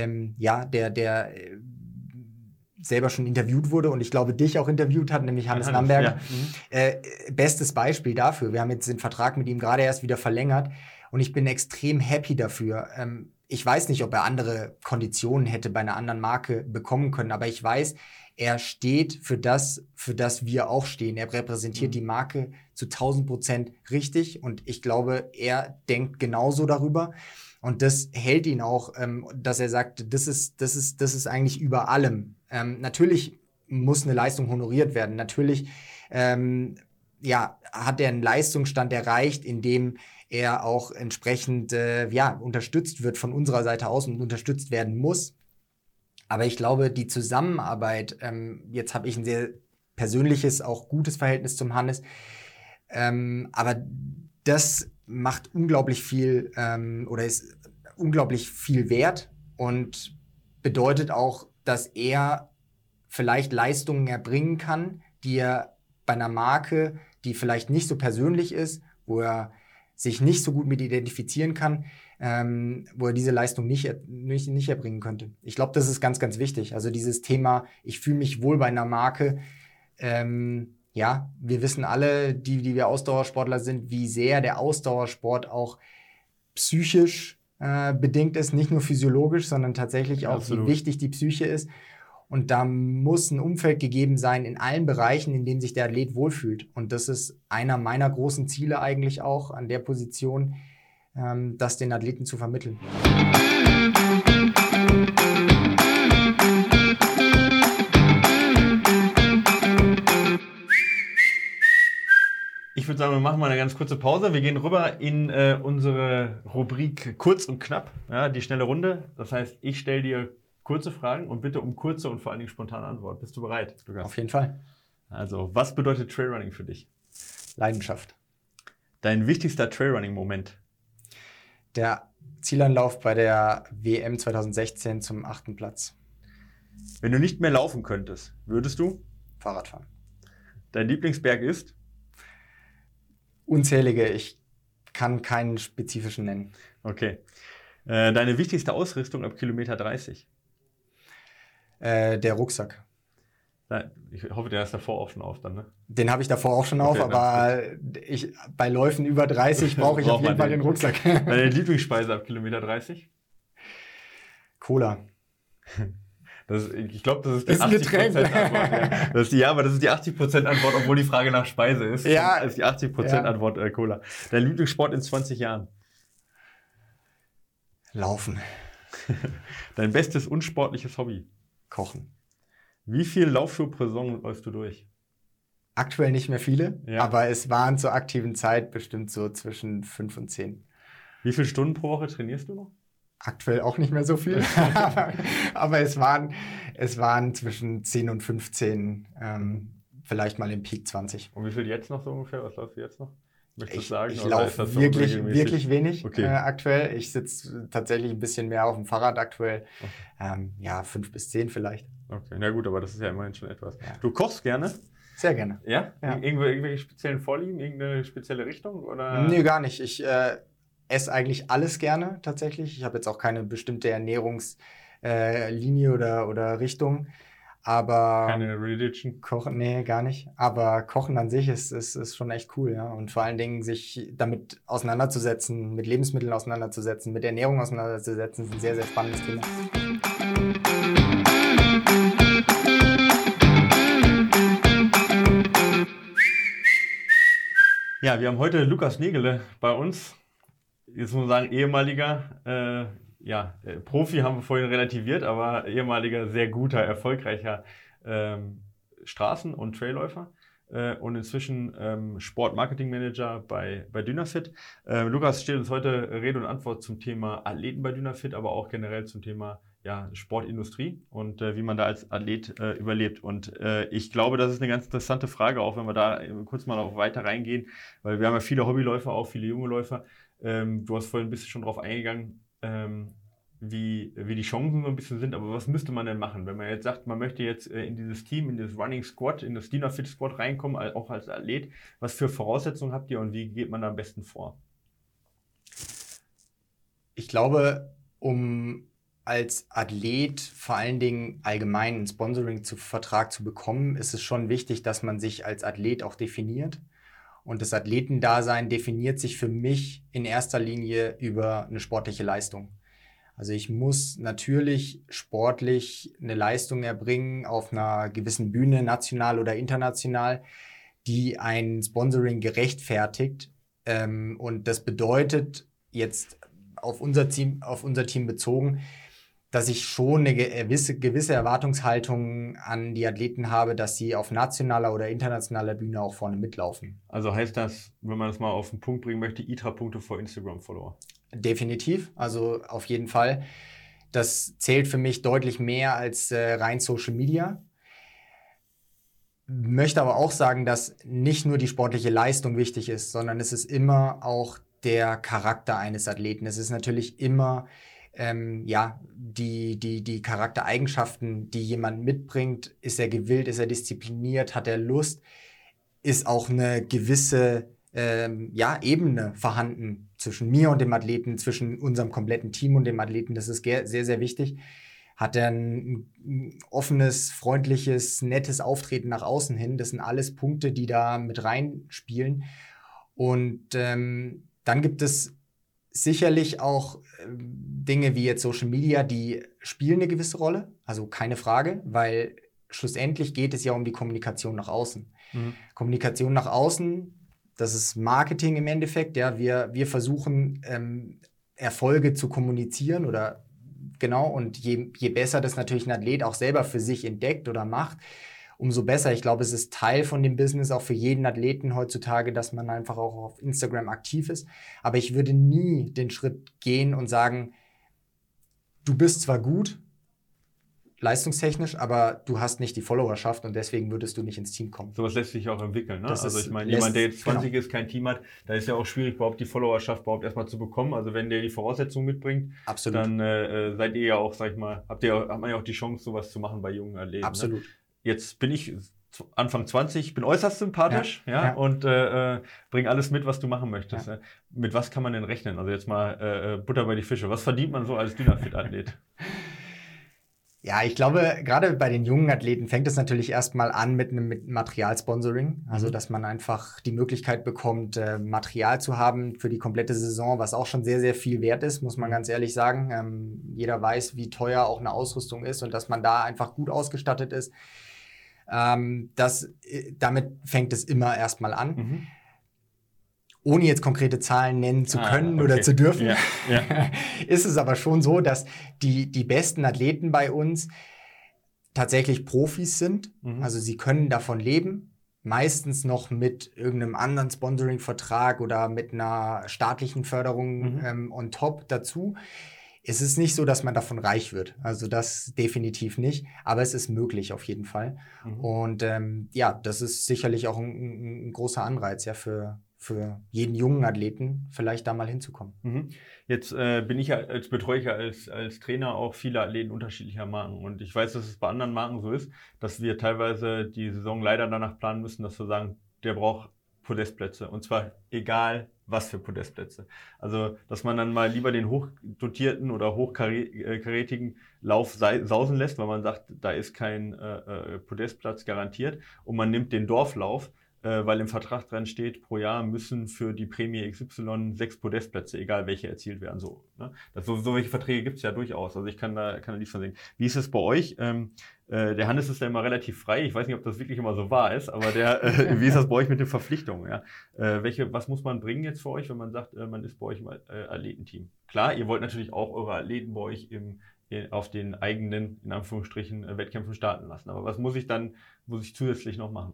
selber schon interviewt wurde und ich glaube, dich auch interviewt hat, nämlich Hannes Lamberger. Ja. Bestes Beispiel dafür. Wir haben jetzt den Vertrag mit ihm gerade erst wieder verlängert und ich bin extrem happy dafür. Ich weiß nicht, ob er andere Konditionen hätte bei einer anderen Marke bekommen können, aber ich weiß, er steht für das wir auch stehen. Er repräsentiert die Marke zu 1000% richtig und ich glaube, er denkt genauso darüber. Und das hält ihn auch, dass er sagt, das ist eigentlich über allem. Natürlich muss eine Leistung honoriert werden. Natürlich hat er einen Leistungsstand erreicht, in dem er auch entsprechend unterstützt wird von unserer Seite aus und unterstützt werden muss. Aber ich glaube, die Zusammenarbeit, jetzt habe ich ein sehr persönliches, auch gutes Verhältnis zum Hannes, aber das macht unglaublich viel oder ist unglaublich viel wert und bedeutet auch, dass er vielleicht Leistungen erbringen kann, die er bei einer Marke, die vielleicht nicht so persönlich ist, wo er sich nicht so gut mit identifizieren kann, wo er diese Leistung nicht erbringen könnte. Ich glaube, das ist ganz, ganz wichtig. Also dieses Thema, ich fühle mich wohl bei einer Marke. Ja, wir wissen alle, die wir Ausdauersportler sind, wie sehr der Ausdauersport auch psychisch bedingt ist, nicht nur physiologisch, sondern tatsächlich auch, wie wichtig die Psyche ist. Und da muss ein Umfeld gegeben sein in allen Bereichen, in denen sich der Athlet wohlfühlt. Und das ist einer meiner großen Ziele eigentlich auch an der Position, das den Athleten zu vermitteln. Ich würde sagen, wir machen mal eine ganz kurze Pause. Wir gehen rüber in unsere Rubrik Kurz und Knapp, ja, die schnelle Runde. Das heißt, ich stelle dir kurze Fragen und bitte um kurze und vor allen Dingen spontane Antwort. Bist du bereit, Lukas? Auf jeden Fall. Also, was bedeutet Trailrunning für dich? Leidenschaft. Dein wichtigster Trailrunning-Moment? Der Zielanlauf bei der WM 2016 zum 8. Platz. Wenn du nicht mehr laufen könntest, würdest du? Fahrrad fahren. Dein Lieblingsberg ist? Unzählige. Ich kann keinen spezifischen nennen. Okay. Deine wichtigste Ausrüstung ab Kilometer 30? Der Rucksack. Ich hoffe, der ist davor auch schon auf dann, ne? Den habe ich davor auch schon auf, aber bei Läufen über 30 brauche ich auf jeden Fall den Rucksack. Deine Lieblingsspeise ab Kilometer 30? Cola. Ich glaube, das ist die 80% Antwort. Ja. Aber das ist die 80% Antwort, obwohl die Frage nach Speise ist. Ja. Das ist die 80% Antwort Cola. Dein Lieblingssport in 20 Jahren? Laufen. Dein bestes unsportliches Hobby? Kochen. Wie viel Laufschuhe pro Saison läufst du durch? Aktuell nicht mehr viele, aber es waren zur aktiven Zeit bestimmt so zwischen 5 und 10. Wie viele Stunden pro Woche trainierst du noch? Aktuell auch nicht mehr so viel, aber es waren zwischen 10 und 15, vielleicht mal im Peak 20. Und wie viel jetzt noch so ungefähr? Was läufst du jetzt noch? Ich laufe wirklich wenig aktuell. Ich sitze tatsächlich ein bisschen mehr auf dem Fahrrad aktuell. Okay. 5 bis 10 vielleicht. Okay, na gut, aber das ist ja immerhin schon etwas. Ja. Du kochst gerne? Sehr gerne. Ja? Irgendwelche speziellen Vorlieben? Irgendeine spezielle Richtung? Oder? Nee, gar nicht. Ich esse eigentlich alles gerne tatsächlich. Ich habe jetzt auch keine bestimmte Ernährungslinie oder Richtung. Aber keine Religion? Kochen, nee, gar nicht. Aber Kochen an sich ist schon echt cool, ja. Und vor allen Dingen sich damit auseinanderzusetzen, mit Lebensmitteln auseinanderzusetzen, mit Ernährung auseinanderzusetzen, ist ein sehr, sehr spannendes Thema. Ja, wir haben heute Lukas Nägele bei uns. Jetzt muss man sagen, ehemaliger Profi haben wir vorhin relativiert, aber ehemaliger, sehr guter, erfolgreicher Straßen- und Trailläufer und inzwischen Sport-Marketing-Manager bei Dynafit. Lukas steht uns heute Rede und Antwort zum Thema Athleten bei Dynafit, aber auch generell zum Thema Sportindustrie und wie man da als Athlet überlebt. Und ich glaube, das ist eine ganz interessante Frage, auch wenn wir da kurz mal noch weiter reingehen, weil wir haben ja viele Hobbyläufer, auch viele junge Läufer. Du hast vorhin ein bisschen schon drauf eingegangen, wie die Chancen so ein bisschen sind, aber was müsste man denn machen, wenn man jetzt sagt, man möchte jetzt in dieses Team, in das Running Squad, in das Dynafit Squad reinkommen, auch als Athlet. Was für Voraussetzungen habt ihr und wie geht man da am besten vor? Ich glaube, um als Athlet vor allen Dingen allgemein einen Sponsoring-Vertrag zu bekommen, ist es schon wichtig, dass man sich als Athlet auch definiert. Und das Athletendasein definiert sich für mich in erster Linie über eine sportliche Leistung. Also ich muss natürlich sportlich eine Leistung erbringen auf einer gewissen Bühne, national oder international, die ein Sponsoring gerechtfertigt. Und das bedeutet jetzt auf unser Team bezogen, dass ich schon eine gewisse Erwartungshaltung an die Athleten habe, dass sie auf nationaler oder internationaler Bühne auch vorne mitlaufen. Also heißt das, wenn man das mal auf den Punkt bringen möchte, ITRA-Punkte vor Instagram-Follower? Definitiv, also auf jeden Fall. Das zählt für mich deutlich mehr als rein Social Media. Möchte aber auch sagen, dass nicht nur die sportliche Leistung wichtig ist, sondern es ist immer auch der Charakter eines Athleten. Es ist natürlich immer die Charaktereigenschaften, die jemand mitbringt. Ist er gewillt, ist er diszipliniert, hat er Lust, ist auch eine gewisse Ebene vorhanden zwischen mir und dem Athleten, zwischen unserem kompletten Team und dem Athleten. Das ist sehr, sehr wichtig. Hat er ein offenes, freundliches, nettes Auftreten nach außen hin. Das sind alles Punkte, die da mit reinspielen. Und dann gibt es sicherlich auch Dinge wie jetzt Social Media, die spielen eine gewisse Rolle. Also keine Frage, weil schlussendlich geht es ja um die Kommunikation nach außen. Kommunikation nach außen, das ist Marketing im Endeffekt. Ja, wir versuchen, Erfolge zu kommunizieren oder genau. Und je besser das natürlich ein Athlet auch selber für sich entdeckt oder macht, umso besser. Ich glaube, es ist Teil von dem Business auch für jeden Athleten heutzutage, dass man einfach auch auf Instagram aktiv ist. Aber ich würde nie den Schritt gehen und sagen, du bist zwar gut, leistungstechnisch, aber du hast nicht die Followerschaft und deswegen würdest du nicht ins Team kommen. Sowas lässt sich auch entwickeln. Ne? Also ich meine, jemand, der jetzt 20 ist, kein Team hat, da ist ja auch schwierig, überhaupt die Followerschaft überhaupt erstmal zu bekommen. Also wenn der die Voraussetzungen mitbringt, Absolut. Dann seid ihr ja auch, sag ich mal, hat man ja auch die Chance, sowas zu machen bei jungen Athleten. Absolut. Ne? Jetzt bin ich Anfang 20, bin äußerst sympathisch und bring alles mit, was du machen möchtest. Ja. Mit was kann man denn rechnen? Also jetzt mal Butter bei die Fische. Was verdient man so als Dynafit-Athlet? Ja, ich glaube, gerade bei den jungen Athleten fängt es natürlich erstmal an mit einem Materialsponsoring. Also, dass man einfach die Möglichkeit bekommt, Material zu haben für die komplette Saison, was auch schon sehr, sehr viel wert ist, muss man ganz ehrlich sagen. Jeder weiß, wie teuer auch eine Ausrüstung ist und dass man da einfach gut ausgestattet ist. Damit fängt es immer erstmal an. Ohne jetzt konkrete Zahlen nennen zu können oder zu dürfen, ist es aber schon so, dass die besten Athleten bei uns tatsächlich Profis sind. Also sie können davon leben, meistens noch mit irgendeinem anderen Sponsoring-Vertrag oder mit einer staatlichen Förderung on top dazu. Es ist nicht so, dass man davon reich wird. Also das definitiv nicht. Aber es ist möglich auf jeden Fall. Und das ist sicherlich auch ein großer Anreiz für jeden jungen Athleten, vielleicht da mal hinzukommen. Jetzt betreue ich ja als Trainer auch viele Athleten unterschiedlicher Marken. Und ich weiß, dass es bei anderen Marken so ist, dass wir teilweise die Saison leider danach planen müssen, dass wir sagen, der braucht Podestplätze. Und zwar egal, was für Podestplätze. Also, dass man dann mal lieber den hochdotierten oder hochkarätigen Lauf sausen lässt, weil man sagt, da ist kein Podestplatz garantiert. Und man nimmt den Dorflauf, weil im Vertrag dran steht, pro Jahr müssen für die Prämie XY 6 Podestplätze, egal welche, erzielt werden. So, ne? So welche Verträge gibt es ja durchaus. Also ich kann da nicht von sehen. Wie ist es bei euch? Der Hannes ist ja immer relativ frei. Ich weiß nicht, ob das wirklich immer so wahr ist, aber wie ist das bei euch mit den Verpflichtungen? Ja? Was muss man bringen jetzt für euch, wenn man sagt, man ist bei euch im Athletenteam? Klar, ihr wollt natürlich auch eure Athleten bei euch auf den eigenen, in Anführungsstrichen, Wettkämpfen starten lassen. Aber was muss ich zusätzlich noch machen?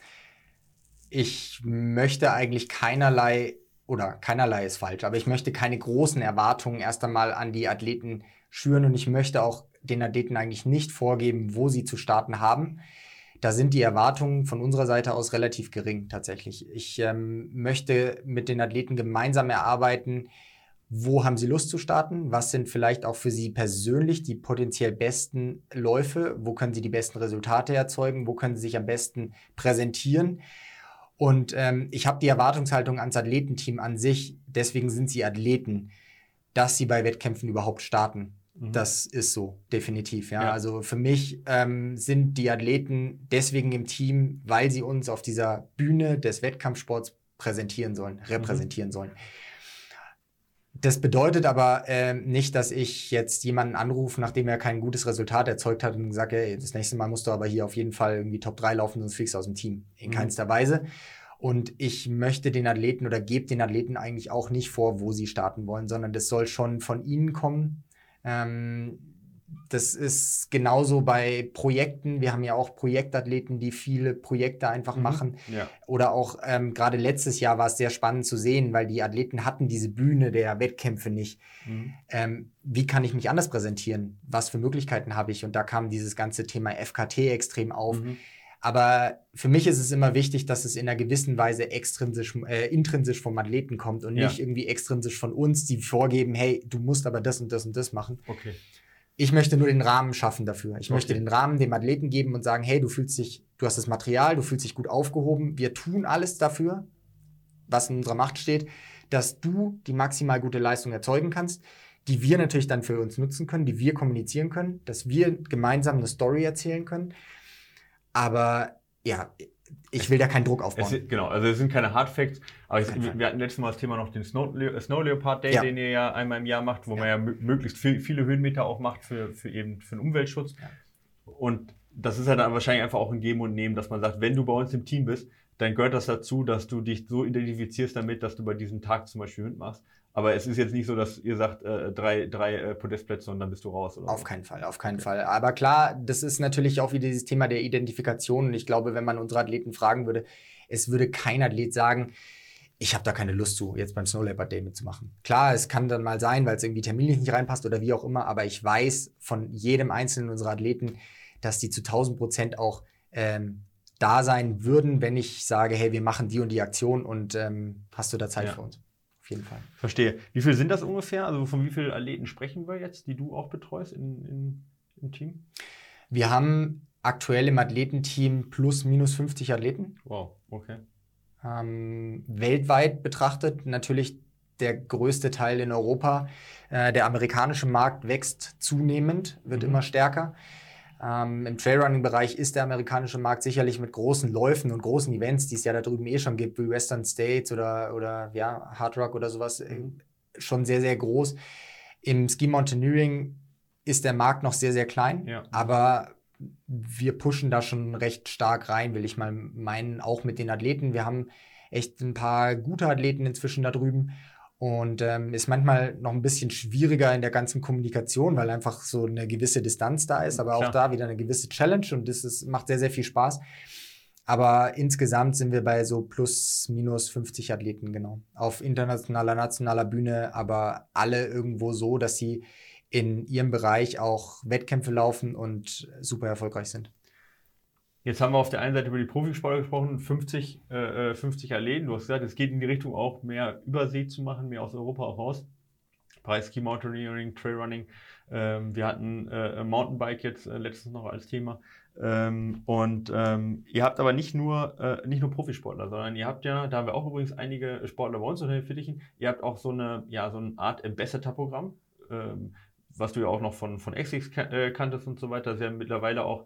Ich möchte eigentlich keinerlei ist falsch, aber ich möchte keine großen Erwartungen erst einmal an die Athleten schüren und ich möchte auch den Athleten eigentlich nicht vorgeben, wo sie zu starten haben. Da sind die Erwartungen von unserer Seite aus relativ gering tatsächlich. Ich möchte mit den Athleten gemeinsam erarbeiten, wo haben sie Lust zu starten, was sind vielleicht auch für sie persönlich die potenziell besten Läufe, wo können sie die besten Resultate erzeugen, wo können sie sich am besten präsentieren. Und ich habe die Erwartungshaltung ans Athletenteam an sich, deswegen sind sie Athleten, dass sie bei Wettkämpfen überhaupt starten. Das ist so, definitiv. Ja. Also für mich sind die Athleten deswegen im Team, weil sie uns auf dieser Bühne des Wettkampfsports repräsentieren sollen. Das bedeutet aber nicht, dass ich jetzt jemanden anrufe, nachdem er kein gutes Resultat erzeugt hat und sage, ey, das nächste Mal musst du aber hier auf jeden Fall irgendwie Top 3 laufen, sonst fliegst du aus dem Team. In keinster Weise. Und ich möchte den Athleten oder gebe den Athleten eigentlich auch nicht vor, wo sie starten wollen, sondern das soll schon von ihnen kommen. Das ist genauso bei Projekten. Wir haben ja auch Projektathleten, die viele Projekte einfach machen. Ja. Oder auch gerade letztes Jahr war es sehr spannend zu sehen, weil die Athleten hatten diese Bühne der Wettkämpfe nicht. Wie kann ich mich anders präsentieren? Was für Möglichkeiten habe ich? Und da kam dieses ganze Thema FKT extrem auf. Aber für mich ist es immer wichtig, dass es in einer gewissen Weise intrinsisch vom Athleten kommt und nicht irgendwie extrinsisch von uns, die vorgeben, hey, du musst aber das und das und das machen. Okay. Ich möchte nur den Rahmen schaffen dafür. Ich möchte den Rahmen dem Athleten geben und sagen, hey, du hast das Material, du fühlst dich gut aufgehoben, wir tun alles dafür. was in unserer Macht steht, dass du die maximal gute Leistung erzeugen kannst, die wir natürlich dann für uns nutzen können, die wir kommunizieren können, dass wir gemeinsam eine Story erzählen können. Aber ja, ich will da keinen Druck aufbauen. Genau, also es sind keine Hard Facts, aber wir hatten letztes Mal das Thema noch den Snow Leopard Day, den ihr ja einmal im Jahr macht, wo man ja möglichst viele Höhenmeter auch macht für den Umweltschutz. Ja. Und das ist ja dann wahrscheinlich einfach auch ein Geben und Nehmen, dass man sagt, wenn du bei uns im Team bist, dann gehört das dazu, dass du dich so identifizierst damit, dass du bei diesem Tag zum Beispiel mitmachst. Aber es ist jetzt nicht so, dass ihr sagt, drei Podestplätze und dann bist du raus. Oder auf keinen Fall, auf keinen Fall. Aber klar, das ist natürlich auch wieder dieses Thema der Identifikation. Und ich glaube, wenn man unsere Athleten fragen würde, es würde kein Athlet sagen, ich habe da keine Lust zu, jetzt beim Snow Leopard Day mitzumachen. Klar, es kann dann mal sein, weil es irgendwie terminlich nicht reinpasst oder wie auch immer. Aber ich weiß von jedem einzelnen unserer Athleten, dass die zu 1000% auch da sein würden, wenn ich sage, hey, wir machen die und die Aktion und hast du da Zeit für uns? Auf jeden Fall. Verstehe. Wie viel sind das ungefähr? Also von wie vielen Athleten sprechen wir jetzt, die du auch betreust im Team? Wir haben aktuell im Athletenteam plus minus 50 Athleten. Wow, okay. Weltweit betrachtet natürlich der größte Teil in Europa. Der amerikanische Markt wächst zunehmend, wird immer stärker. Im Trailrunning-Bereich ist der amerikanische Markt sicherlich mit großen Läufen und großen Events, die es ja da drüben schon gibt, wie Western States oder Hard Rock oder sowas, schon sehr, sehr groß. Im Ski Mountaineering ist der Markt noch sehr, sehr klein, aber wir pushen da schon recht stark rein, will ich mal meinen, auch mit den Athleten. Wir haben echt ein paar gute Athleten inzwischen da drüben. Und ist manchmal noch ein bisschen schwieriger in der ganzen Kommunikation, weil einfach so eine gewisse Distanz da ist, aber auch da wieder eine gewisse Challenge und macht sehr, sehr viel Spaß. Aber insgesamt sind wir bei so plus minus 50 Athleten, genau. Auf internationaler, nationaler Bühne, aber alle irgendwo so, dass sie in ihrem Bereich auch Wettkämpfe laufen und super erfolgreich sind. Jetzt haben wir auf der einen Seite über die Profisportler gesprochen, 50 Athleten. Du hast gesagt, es geht in die Richtung auch mehr Übersee zu machen, mehr aus Europa auch raus. Bei Ski Mountaineering, Trailrunning. Wir hatten Mountainbike jetzt letztens noch als Thema. Ihr habt aber nicht nur Profisportler, sondern ihr habt ja, da haben wir auch übrigens einige Sportler bei uns unter den Fittichen, ihr habt auch so eine Art Ambassador-Programm, was du ja auch noch von Essex kanntest und so weiter, sehr mittlerweile auch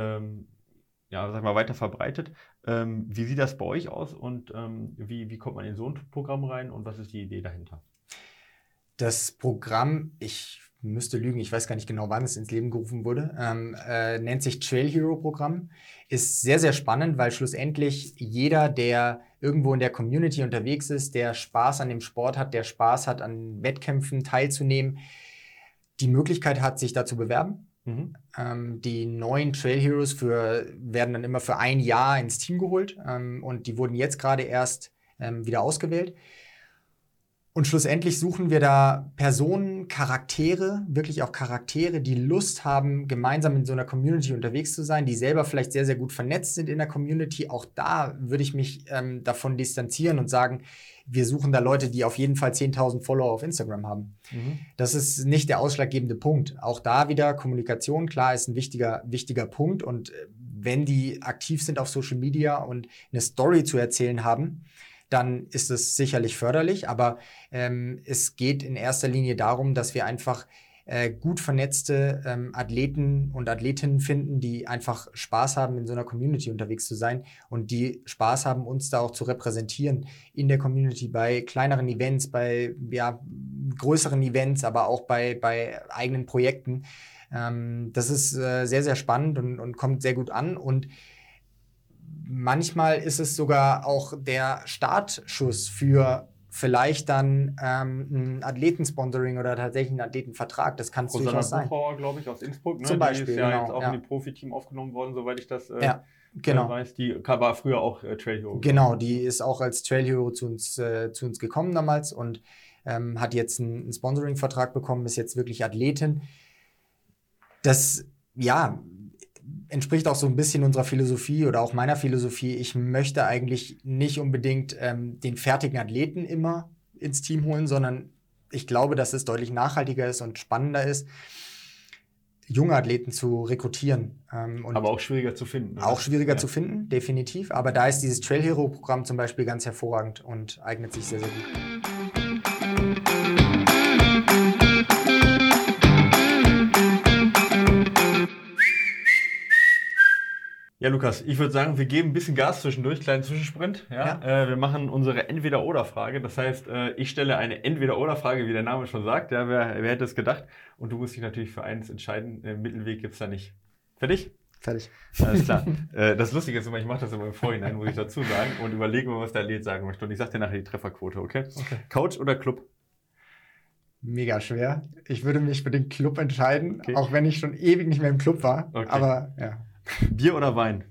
weiter verbreitet. Wie sieht das bei euch aus und wie kommt man in so ein Programm rein und was ist die Idee dahinter? Das Programm, ich müsste lügen, ich weiß gar nicht genau, wann es ins Leben gerufen wurde, nennt sich Trail Hero Programm. Ist sehr, sehr spannend, weil schlussendlich jeder, der irgendwo in der Community unterwegs ist, der Spaß an dem Sport hat, der Spaß hat, an Wettkämpfen teilzunehmen, die Möglichkeit hat, sich da zu bewerben. Die neuen Trail Heroes werden dann immer für ein Jahr ins Team geholt und die wurden jetzt gerade erst wieder ausgewählt. Und schlussendlich suchen wir da Personen, Charaktere, wirklich auch Charaktere, die Lust haben, gemeinsam in so einer Community unterwegs zu sein, die selber vielleicht sehr, sehr gut vernetzt sind in der Community. Auch da würde ich mich davon distanzieren und sagen, wir suchen da Leute, die auf jeden Fall 10.000 Follower auf Instagram haben. Das ist nicht der ausschlaggebende Punkt. Auch da wieder Kommunikation, klar, ist ein wichtiger Punkt. Und wenn die aktiv sind auf Social Media und eine Story zu erzählen haben, dann ist es sicherlich förderlich. Aber es geht in erster Linie darum, dass wir einfach gut vernetzte Athleten und Athletinnen finden, die einfach Spaß haben, in so einer Community unterwegs zu sein und die Spaß haben, uns da auch zu repräsentieren in der Community bei kleineren Events, bei größeren Events, aber auch bei eigenen Projekten. Das ist sehr, sehr spannend und kommt sehr gut an und manchmal ist es sogar auch der Startschuss für vielleicht dann ein Athletensponsoring oder tatsächlich einen Athletenvertrag. Das kann es durchaus sein. Buchauer, glaube ich, aus Innsbruck. Ne? Zum Beispiel, die ist ja jetzt auch in die Profiteam aufgenommen worden, soweit ich das weiß. Die war früher auch Trail Hero. Genau, die ist auch als Trail Hero zu uns gekommen damals und hat jetzt einen Sponsoring-Vertrag bekommen, ist jetzt wirklich Athletin. Das, entspricht auch so ein bisschen unserer Philosophie oder auch meiner Philosophie. Ich möchte eigentlich nicht unbedingt den fertigen Athleten immer ins Team holen, sondern ich glaube, dass es deutlich nachhaltiger ist und spannender ist, junge Athleten zu rekrutieren. Aber auch schwieriger zu finden. Auch schwieriger zu finden, definitiv. Aber da ist dieses Trail Hero Programm zum Beispiel ganz hervorragend und eignet sich sehr, sehr gut. Ja, Lukas, ich würde sagen, wir geben ein bisschen Gas zwischendurch, kleinen Zwischensprint. Ja? Wir machen unsere Entweder-Oder-Frage. Das heißt, ich stelle eine Entweder-Oder-Frage, wie der Name schon sagt. Ja, wer hätte es gedacht? Und du musst dich natürlich für eins entscheiden. Mittelweg gibt es da nicht. Fertig? Fertig. Alles klar. Das Lustige ist immer, ich mache das immer im Vorhinein, muss ich dazu sagen, und überlege mir, was der Athlet sagen möchte. Und ich sage dir nachher die Trefferquote, okay? Couch oder Club? Mega schwer. Ich würde mich für den Club entscheiden, auch wenn ich schon ewig nicht mehr im Club war. Okay. Aber ja. Bier oder Wein?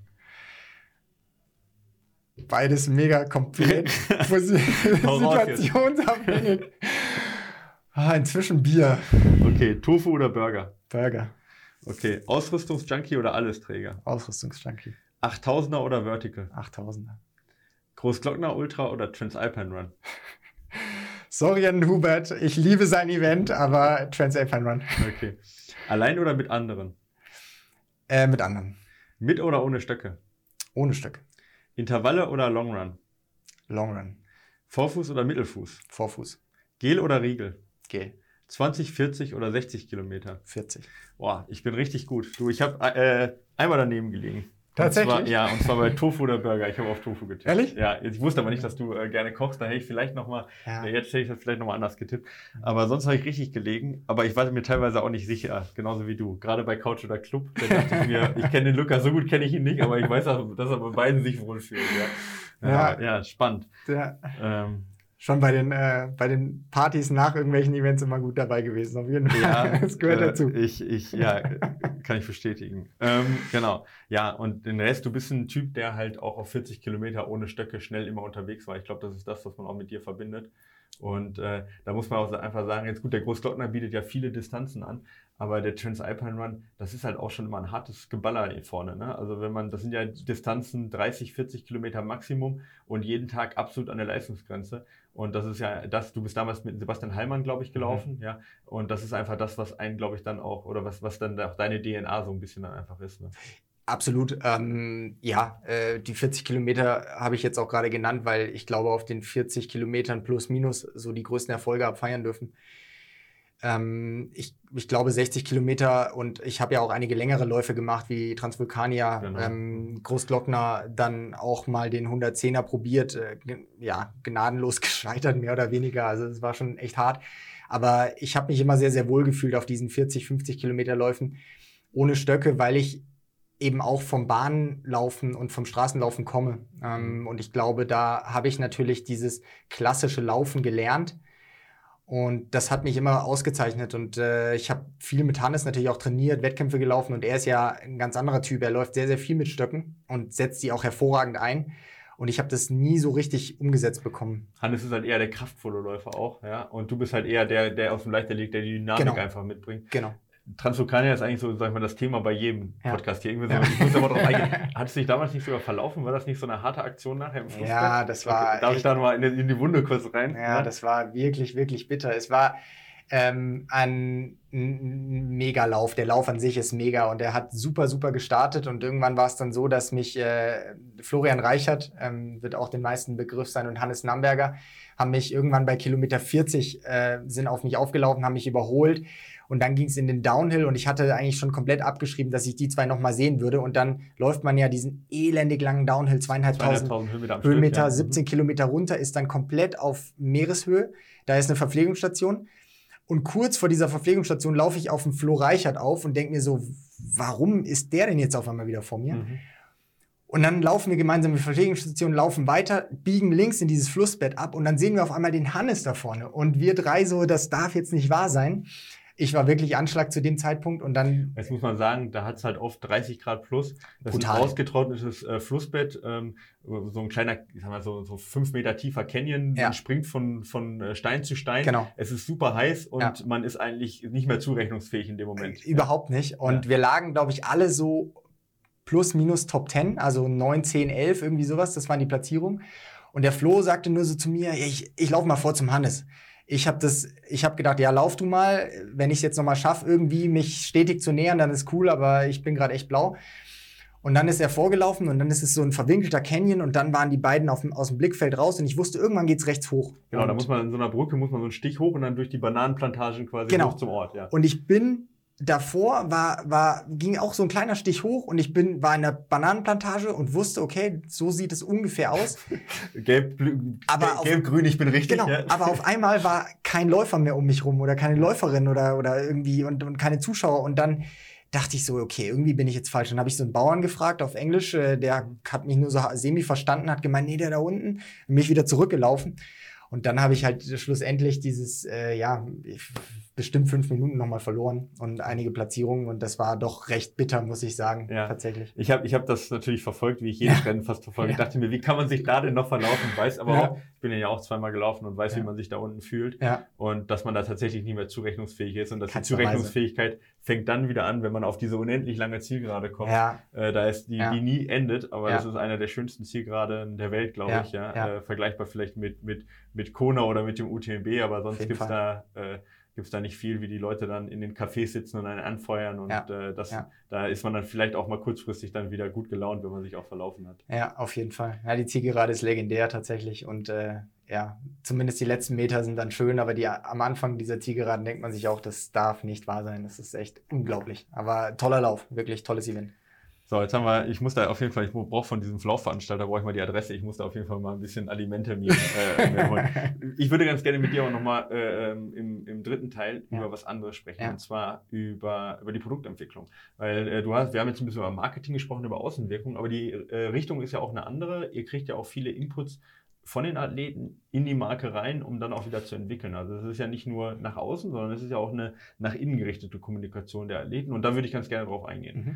Beides mega komplett situationsabhängig. Inzwischen Bier. Okay, Tofu oder Burger? Burger. Okay, Ausrüstungsjunkie oder Allesträger? Ausrüstungsjunkie. 8000er oder Vertical? 8000er. Großglockner Ultra oder Transalpine Run? Sorry an Hubert, ich liebe sein Event, aber Transalpine Run. Okay. Allein oder mit anderen? Mit anderen. Mit oder ohne Stöcke? Ohne Stöcke. Intervalle oder Long Run? Long Run. Vorfuß oder Mittelfuß? Vorfuß. Gel oder Riegel? Gel. 20, 40 oder 60 Kilometer? 40. Boah, ich bin richtig gut. Du, ich habe einmal daneben gelegen. Tatsächlich? Und zwar bei Tofu oder Burger. Ich habe auf Tofu getippt. Ehrlich? Ja, ich wusste aber nicht, dass du gerne kochst. Da hätte ich vielleicht nochmal, jetzt hätte ich das vielleicht nochmal anders getippt. Aber sonst habe ich richtig gelegen. Aber ich war mir teilweise auch nicht sicher, genauso wie du. Gerade bei Couch oder Club, da dachte ich mir, ich kenne den Lukas, so gut kenne ich ihn nicht, aber ich weiß auch, dass er bei beiden sich wohlfühlt. Ja, spannend. Ja. Schon bei den Partys nach irgendwelchen Events immer gut dabei gewesen, auf jeden Fall. Ja, das gehört dazu. Kann ich bestätigen. Genau. Ja, und den Rest, du bist ein Typ, der halt auch auf 40 Kilometer ohne Stöcke schnell immer unterwegs war. Ich glaube, das ist das, was man auch mit dir verbindet. Und da muss man auch einfach sagen, jetzt gut, der Großglockner bietet ja viele Distanzen an, aber der Transalpine Run, das ist halt auch schon immer ein hartes Geballer hier vorne. Ne? Also das sind ja Distanzen 30, 40 Kilometer Maximum und jeden Tag absolut an der Leistungsgrenze. Und das ist ja du bist damals mit Sebastian Heilmann, glaube ich, gelaufen, ja. Und das ist einfach das, was einen, glaube ich, dann auch, oder was dann auch deine DNA so ein bisschen dann einfach ist. Ne? Absolut. Die 40 Kilometer habe ich jetzt auch gerade genannt, weil ich glaube, auf den 40 Kilometern plus minus so die größten Erfolge abfeiern dürfen. Ich glaube 60 Kilometer und ich habe ja auch einige längere Läufe gemacht, wie Transvulkania, genau. Großglockner, dann auch mal den 110er probiert, gnadenlos gescheitert, mehr oder weniger, also es war schon echt hart, aber ich habe mich immer sehr, sehr wohl gefühlt auf diesen 40, 50 Kilometer Läufen ohne Stöcke, weil ich eben auch vom Bahnlaufen und vom Straßenlaufen komme und ich glaube, da habe ich natürlich dieses klassische Laufen gelernt. Und das hat mich immer ausgezeichnet und ich habe viel mit Hannes natürlich auch trainiert, Wettkämpfe gelaufen und er ist ja ein ganz anderer Typ. Er läuft sehr, sehr viel mit Stöcken und setzt die auch hervorragend ein und ich habe das nie so richtig umgesetzt bekommen. Hannes ist halt eher der kraftvolle Läufer auch, ja, und du bist halt eher der aus dem Leichter liegt, der die Dynamik einfach mitbringt. Genau. Transvulkania ist eigentlich so, sag ich mal, das Thema bei jedem Podcast hier. Irgendwie so, ich muss aber drauf eingehen. Hat es dich damals nicht sogar verlaufen? War das nicht so eine harte Aktion nachher im Fußball? Ja, das war. Darf ich da nochmal in die Wunde kurz rein? Ja, das war wirklich, wirklich bitter. Es war ein Megalauf. Der Lauf an sich ist mega und er hat super, super gestartet und irgendwann war es dann so, dass mich Florian Reichert, wird auch den meisten Begriff sein, und Hannes Namberger haben mich irgendwann bei Kilometer 40 sind auf mich aufgelaufen, haben mich überholt. Und dann ging es in den Downhill und ich hatte eigentlich schon komplett abgeschrieben, dass ich die zwei nochmal sehen würde. Und dann läuft man ja diesen elendig langen Downhill, 2500 Höhenmeter, 17 Kilometer runter, ist dann komplett auf Meereshöhe. Da ist eine Verpflegungsstation. Und kurz vor dieser Verpflegungsstation laufe ich auf den Flo Reichert auf und denke mir so, warum ist der denn jetzt auf einmal wieder vor mir? Und dann laufen wir gemeinsam die Verpflegungsstation, laufen weiter, biegen links in dieses Flussbett ab und dann sehen wir auf einmal den Hannes da vorne. Und wir drei so, das darf jetzt nicht wahr sein. Ich war wirklich Anschlag zu dem Zeitpunkt und dann... Jetzt muss man sagen, da hat es halt oft 30 Grad plus. Das brutal. ist ein ausgetrocknetes Flussbett, so ein kleiner, ich sag mal so 5 Meter tiefer Canyon, man springt von Stein zu Stein. Genau. Es ist super heiß und man ist eigentlich nicht mehr zurechnungsfähig in dem Moment. Überhaupt nicht. Und wir lagen, glaube ich, alle so plus minus Top 10, also 9, 10, 11, irgendwie sowas. Das waren die Platzierungen. Und der Flo sagte nur so zu mir, ich laufe mal vor zum Hannes. Ich habe gedacht, ja, lauf du mal. Wenn ich es jetzt nochmal schaffe, irgendwie mich stetig zu nähern, dann ist cool, aber ich bin gerade echt blau. Und dann ist er vorgelaufen und dann ist es so ein verwinkelter Canyon und dann waren die beiden aus dem Blickfeld raus und ich wusste, irgendwann geht's rechts hoch. Genau, da muss man in so einer Brücke, so einen Stich hoch und dann durch die Bananenplantagen quasi hoch zum Ort. Ja. Und ich bin davor, ging auch so ein kleiner Stich hoch und war in der Bananenplantage und wusste, okay, so sieht es ungefähr aus. Gelb-grün, ich bin richtig. Genau, ja. Aber auf einmal war kein Läufer mehr um mich rum oder keine Läuferin oder irgendwie und keine Zuschauer und dann dachte ich so, okay, irgendwie bin ich jetzt falsch. Dann habe ich so einen Bauern gefragt auf Englisch, der hat mich nur so semi verstanden, hat gemeint, nee, der da unten, und mich wieder zurückgelaufen. Und dann habe ich halt schlussendlich dieses, bestimmt 5 Minuten nochmal verloren und einige Platzierungen. Und das war doch recht bitter, muss ich sagen, tatsächlich. Ich hab das natürlich verfolgt, wie ich jedes Rennen fast verfolge. Ich dachte mir, wie kann man sich da denn noch verlaufen? Weiß aber auch, ich bin ja auch 2-mal gelaufen und weiß, wie man sich da unten fühlt. Ja. Und dass man da tatsächlich nicht mehr zurechnungsfähig ist. Und dass die Zurechnungsfähigkeit fängt dann wieder an, wenn man auf diese unendlich lange Zielgerade kommt. Ja. Da ist die nie endet, aber das ist einer der schönsten Zielgeraden der Welt, glaube ich. Ja. Vergleichbar vielleicht mit Kona oder mit dem UTMB, aber sonst gibt's da nicht viel, wie die Leute dann in den Cafés sitzen und einen anfeuern und da ist man dann vielleicht auch mal kurzfristig dann wieder gut gelaunt, wenn man sich auch verlaufen hat. Ja, auf jeden Fall. Ja, die Zielgerade ist legendär tatsächlich und zumindest die letzten Meter sind dann schön, aber am Anfang dieser Zielgeraden denkt man sich auch, das darf nicht wahr sein. Das ist echt unglaublich. Aber toller Lauf, wirklich tolles Event. So, jetzt ich brauche von diesem Laufveranstalter, brauche ich mal die Adresse, ich muss da auf jeden Fall mal ein bisschen Alimente mir holen. Ich würde ganz gerne mit dir auch nochmal im dritten Teil über was anderes sprechen, und zwar über die Produktentwicklung. Weil wir haben jetzt ein bisschen über Marketing gesprochen, über Außenwirkung, aber die Richtung ist ja auch eine andere. Ihr kriegt ja auch viele Inputs von den Athleten in die Marke rein, um dann auch wieder zu entwickeln. Also es ist ja nicht nur nach außen, sondern es ist ja auch eine nach innen gerichtete Kommunikation der Athleten, und da würde ich ganz gerne drauf eingehen.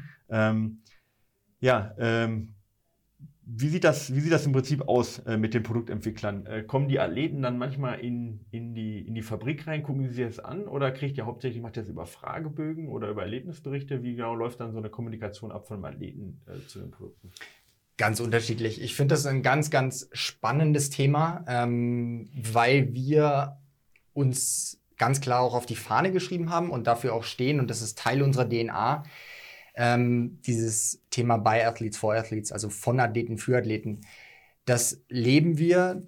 Wie sieht das im Prinzip aus mit den Produktentwicklern? Kommen die Athleten dann manchmal in die Fabrik rein, gucken sie sich das an, oder macht ihr das über Fragebögen oder über Erlebnisberichte? Wie genau läuft dann so eine Kommunikation ab von einem Athleten zu den Produkten? Ganz unterschiedlich. Ich finde das ein ganz, ganz spannendes Thema, weil wir uns ganz klar auch auf die Fahne geschrieben haben und dafür auch stehen, und das ist Teil unserer DNA. Dieses Thema by Athletes, for Athletes, also von Athleten für Athleten, das lebt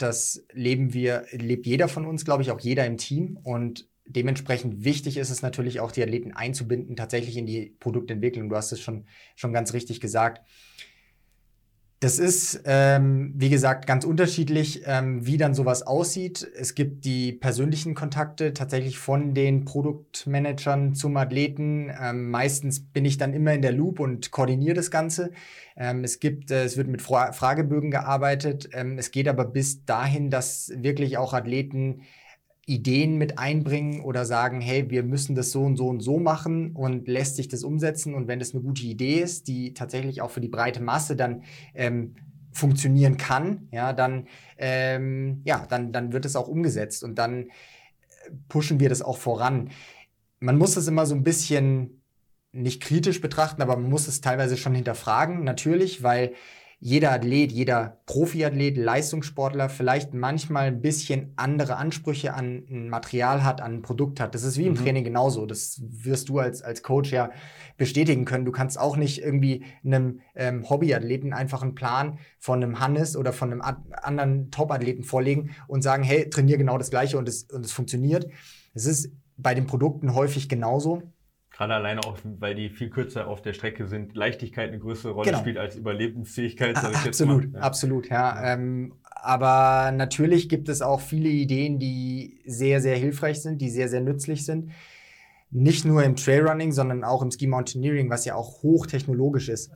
jeder von uns, glaube ich, auch jeder im Team, und dementsprechend wichtig ist es natürlich auch, die Athleten einzubinden, tatsächlich in die Produktentwicklung. Du hast es schon ganz richtig gesagt. Das ist, wie gesagt, ganz unterschiedlich, wie dann sowas aussieht. Es gibt die persönlichen Kontakte tatsächlich von den Produktmanagern zum Athleten. Meistens bin ich dann immer in der Loop und koordiniere das Ganze. Es wird mit Fragebögen gearbeitet. Es geht aber bis dahin, dass wirklich auch Athleten Ideen mit einbringen oder sagen, hey, wir müssen das so und so und so machen, und lässt sich das umsetzen. Und wenn das eine gute Idee ist, die tatsächlich auch für die breite Masse dann funktionieren kann, dann wird es auch umgesetzt, und dann pushen wir das auch voran. Man muss das immer so ein bisschen nicht kritisch betrachten, aber man muss es teilweise schon hinterfragen, natürlich, weil jeder Athlet, jeder Profiathlet, Leistungssportler vielleicht manchmal ein bisschen andere Ansprüche an ein Material hat, an ein Produkt hat. Das ist wie im Training genauso. Das wirst du als Coach ja bestätigen können. Du kannst auch nicht irgendwie einem Hobbyathleten einfach einen Plan von einem Hannes oder von einem anderen Top-Athleten vorlegen und sagen, hey, trainier genau das Gleiche und es funktioniert. Es ist bei den Produkten häufig genauso. Gerade alleine auch, weil die viel kürzer auf der Strecke sind, Leichtigkeit eine größere Rolle spielt als Überlebensfähigkeit. Absolut. Aber natürlich gibt es auch viele Ideen, die sehr, sehr hilfreich sind, die sehr, sehr nützlich sind. Nicht nur im Trailrunning, sondern auch im Ski Mountaineering, was ja auch hochtechnologisch ist.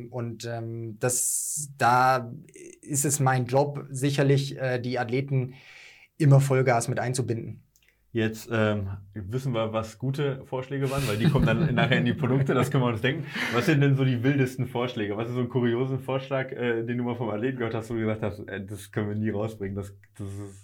Da ist es mein Job, sicherlich die Athleten immer Vollgas mit einzubinden. Jetzt wissen wir, was gute Vorschläge waren, weil die kommen dann nachher in die Produkte, das können wir uns denken. Was sind denn so die wildesten Vorschläge? Was ist so ein kurioser Vorschlag, den du mal vom Athleten gehört hast, wo du gesagt hast, das können wir nie rausbringen, das ist...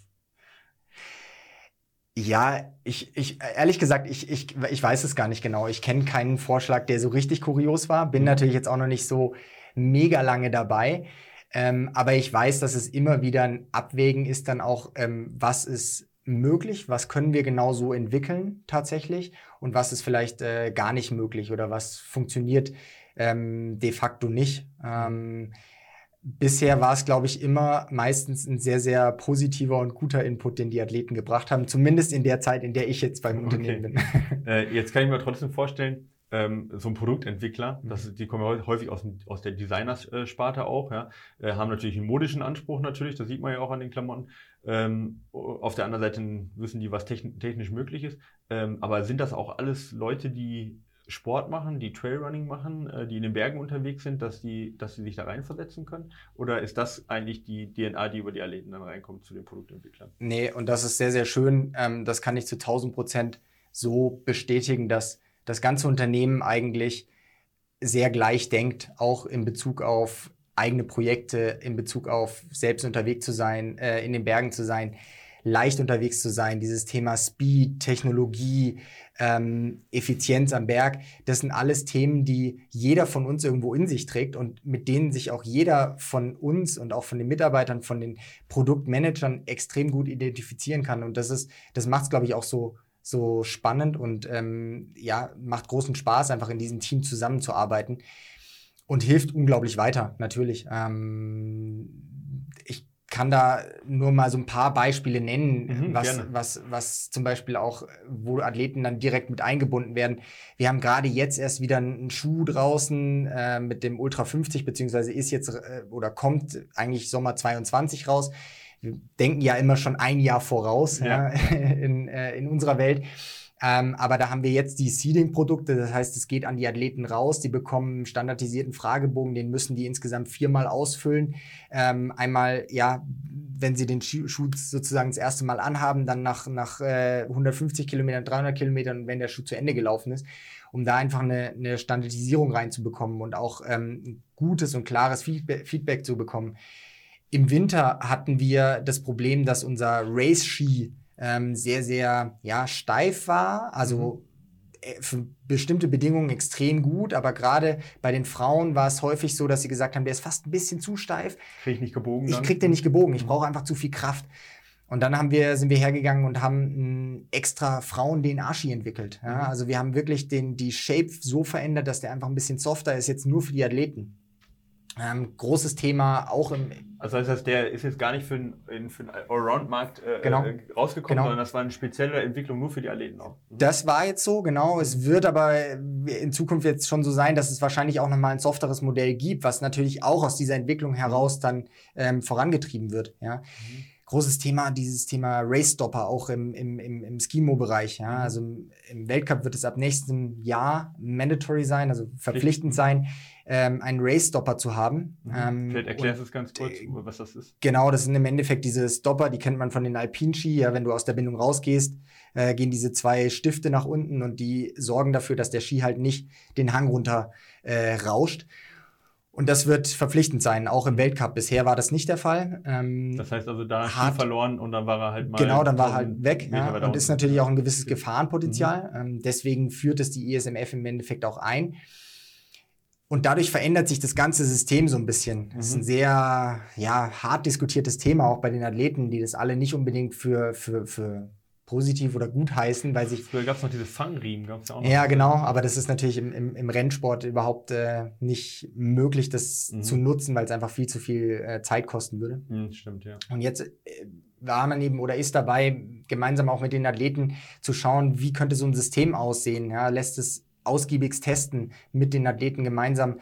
Ja, ich ehrlich gesagt, ich weiß es gar nicht genau. Ich kenne keinen Vorschlag, der so richtig kurios war. Bin natürlich jetzt auch noch nicht so mega lange dabei. Aber ich weiß, dass es immer wieder ein Abwägen ist dann auch, was ist möglich, was können wir genau so entwickeln tatsächlich und was ist vielleicht gar nicht möglich oder was funktioniert de facto nicht. Bisher war es, glaube ich, immer meistens ein sehr, sehr positiver und guter Input, den die Athleten gebracht haben, zumindest in der Zeit, in der ich jetzt beim Unternehmen bin. Jetzt kann ich mir trotzdem vorstellen, so ein Produktentwickler, die kommen ja häufig aus der Designersparte auch, ja, haben natürlich einen modischen Anspruch natürlich, das sieht man ja auch an den Klamotten. Auf der anderen Seite wissen die, was technisch möglich ist. Aber sind das auch alles Leute, die Sport machen, die Trailrunning machen, die in den Bergen unterwegs sind, dass sie sich da reinversetzen können? Oder ist das eigentlich die DNA, die über die Athleten dann reinkommt zu den Produktentwicklern? Nee, und das ist sehr, sehr schön. Das kann ich zu 1000% so bestätigen, dass das ganze Unternehmen eigentlich sehr gleich denkt, auch in Bezug auf eigene Projekte, in Bezug auf selbst unterwegs zu sein, in den Bergen zu sein, leicht unterwegs zu sein, dieses Thema Speed, Technologie, Effizienz am Berg, das sind alles Themen, die jeder von uns irgendwo in sich trägt und mit denen sich auch jeder von uns und auch von den Mitarbeitern, von den Produktmanagern extrem gut identifizieren kann. Und das macht es, glaube ich, auch so spannend und macht großen Spaß, einfach in diesem Team zusammenzuarbeiten und hilft unglaublich weiter, natürlich. Ich kann da nur mal so ein paar Beispiele nennen, was zum Beispiel auch, wo Athleten dann direkt mit eingebunden werden. Wir haben gerade jetzt erst wieder einen Schuh draußen mit dem Ultra 50, beziehungsweise ist jetzt oder kommt eigentlich Sommer 22 raus. Wir denken ja immer schon ein Jahr voraus in unserer Welt. Aber da haben wir jetzt die Seeding-Produkte, das heißt, es geht an die Athleten raus, die bekommen einen standardisierten Fragebogen, den müssen die insgesamt 4-mal ausfüllen. Einmal, wenn sie den Schuh sozusagen das erste Mal anhaben, dann nach 150 Kilometern, 300 Kilometern, wenn der Schuh zu Ende gelaufen ist, um da einfach eine Standardisierung reinzubekommen und auch gutes und klares Feedback zu bekommen. Im Winter hatten wir das Problem, dass unser Race-Ski sehr, sehr steif war, also für bestimmte Bedingungen extrem gut, aber gerade bei den Frauen war es häufig so, dass sie gesagt haben, der ist fast ein bisschen zu steif. Krieg ich nicht gebogen? Ich krieg den nicht gebogen, ich brauche einfach zu viel Kraft. Und dann sind wir hergegangen und haben einen extra Frauen-DNA-Ski entwickelt. Ja? Also wir haben wirklich die Shape so verändert, dass der einfach ein bisschen softer ist, jetzt nur für die Athleten. Großes Thema auch im... Also das heißt, der ist jetzt gar nicht für den Allround-Markt rausgekommen, sondern das war eine spezielle Entwicklung nur für die Athleten auch. Das war jetzt so, genau. Es wird aber in Zukunft jetzt schon so sein, dass es wahrscheinlich auch nochmal ein softeres Modell gibt, was natürlich auch aus dieser Entwicklung heraus dann vorangetrieben wird. Ja. Großes Thema, dieses Thema Race-Stopper auch im Skimo-Bereich. Ja. Also im Weltcup wird es ab nächstem Jahr mandatory sein, also verpflichtend sein, einen Race-Stopper zu haben. Vielleicht erklärst du es ganz kurz, was das ist. Genau, das sind im Endeffekt diese Stopper, die kennt man von den Alpin-Ski. Ja, wenn du aus der Bindung rausgehst, gehen diese 2 Stifte nach unten und die sorgen dafür, dass der Ski halt nicht den Hang runter rauscht. Und das wird verpflichtend sein, auch im Weltcup. Bisher war das nicht der Fall. Das heißt also, da Ski verloren und dann war er halt mal... Genau, dann war er halt weg. Ja, und ist natürlich auch ein gewisses Gefahrenpotenzial. Deswegen führt es die ISMF im Endeffekt auch ein. Und dadurch verändert sich das ganze System so ein bisschen. Das ist ein sehr hart diskutiertes Thema, auch bei den Athleten, die das alle nicht unbedingt für positiv oder gut heißen, weil sich... Früher gab es noch diese Fangriemen, gab es ja auch noch. Ja, genau, aber das ist natürlich im Rennsport überhaupt nicht möglich, das zu nutzen, weil es einfach viel zu viel Zeit kosten würde. Stimmt, ja. Und jetzt war man eben oder ist dabei, gemeinsam auch mit den Athleten zu schauen, wie könnte so ein System aussehen, ja, lässt es ausgiebigst testen mit den Athleten gemeinsam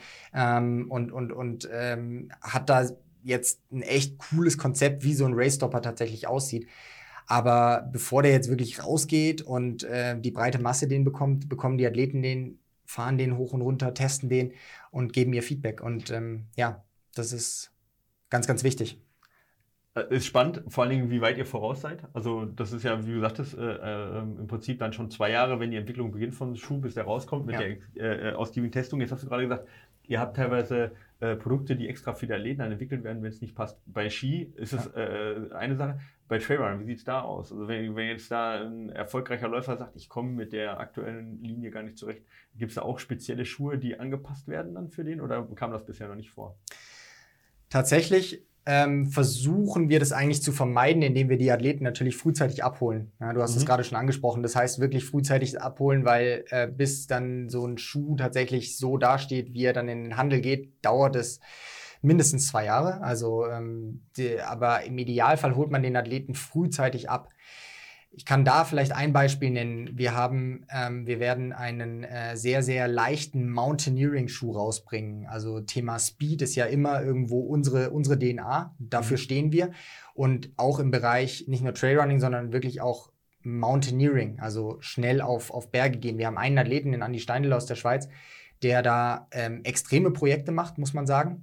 und hat da jetzt ein echt cooles Konzept, wie so ein Race-Stopper tatsächlich aussieht. Aber bevor der jetzt wirklich rausgeht und die breite Masse den bekommen die Athleten den, fahren den hoch und runter, testen den und geben ihr Feedback. Und das ist ganz, ganz wichtig. Ist spannend, vor allen Dingen, wie weit ihr voraus seid. Also das ist ja, wie du sagtest, im Prinzip dann schon 2 Jahre, wenn die Entwicklung beginnt vom Schuh, bis der rauskommt mit der ausgiebigen Testung. Jetzt hast du gerade gesagt, ihr habt teilweise Produkte, die extra für die Athleten dann entwickelt werden, wenn es nicht passt. Bei Ski ist es eine Sache. Bei Trailrun, wie sieht es da aus? Also wenn jetzt da ein erfolgreicher Läufer sagt, ich komme mit der aktuellen Linie gar nicht zurecht, gibt es da auch spezielle Schuhe, die angepasst werden dann für den oder kam das bisher noch nicht vor? Tatsächlich versuchen wir das eigentlich zu vermeiden, indem wir die Athleten natürlich frühzeitig abholen. Ja, du hast es gerade schon angesprochen. Das heißt wirklich frühzeitig abholen, weil bis dann so ein Schuh tatsächlich so dasteht, wie er dann in den Handel geht, dauert es mindestens 2 Jahre. Also, aber im Idealfall holt man den Athleten frühzeitig ab. Ich kann da vielleicht ein Beispiel nennen. Wir werden einen sehr, sehr leichten Mountaineering-Schuh rausbringen. Also Thema Speed ist ja immer irgendwo unsere DNA. Dafür stehen wir. Und auch im Bereich nicht nur Trailrunning, sondern wirklich auch Mountaineering, also schnell auf Berge gehen. Wir haben einen Athleten, den Andi Steindl aus der Schweiz, der da extreme Projekte macht, muss man sagen.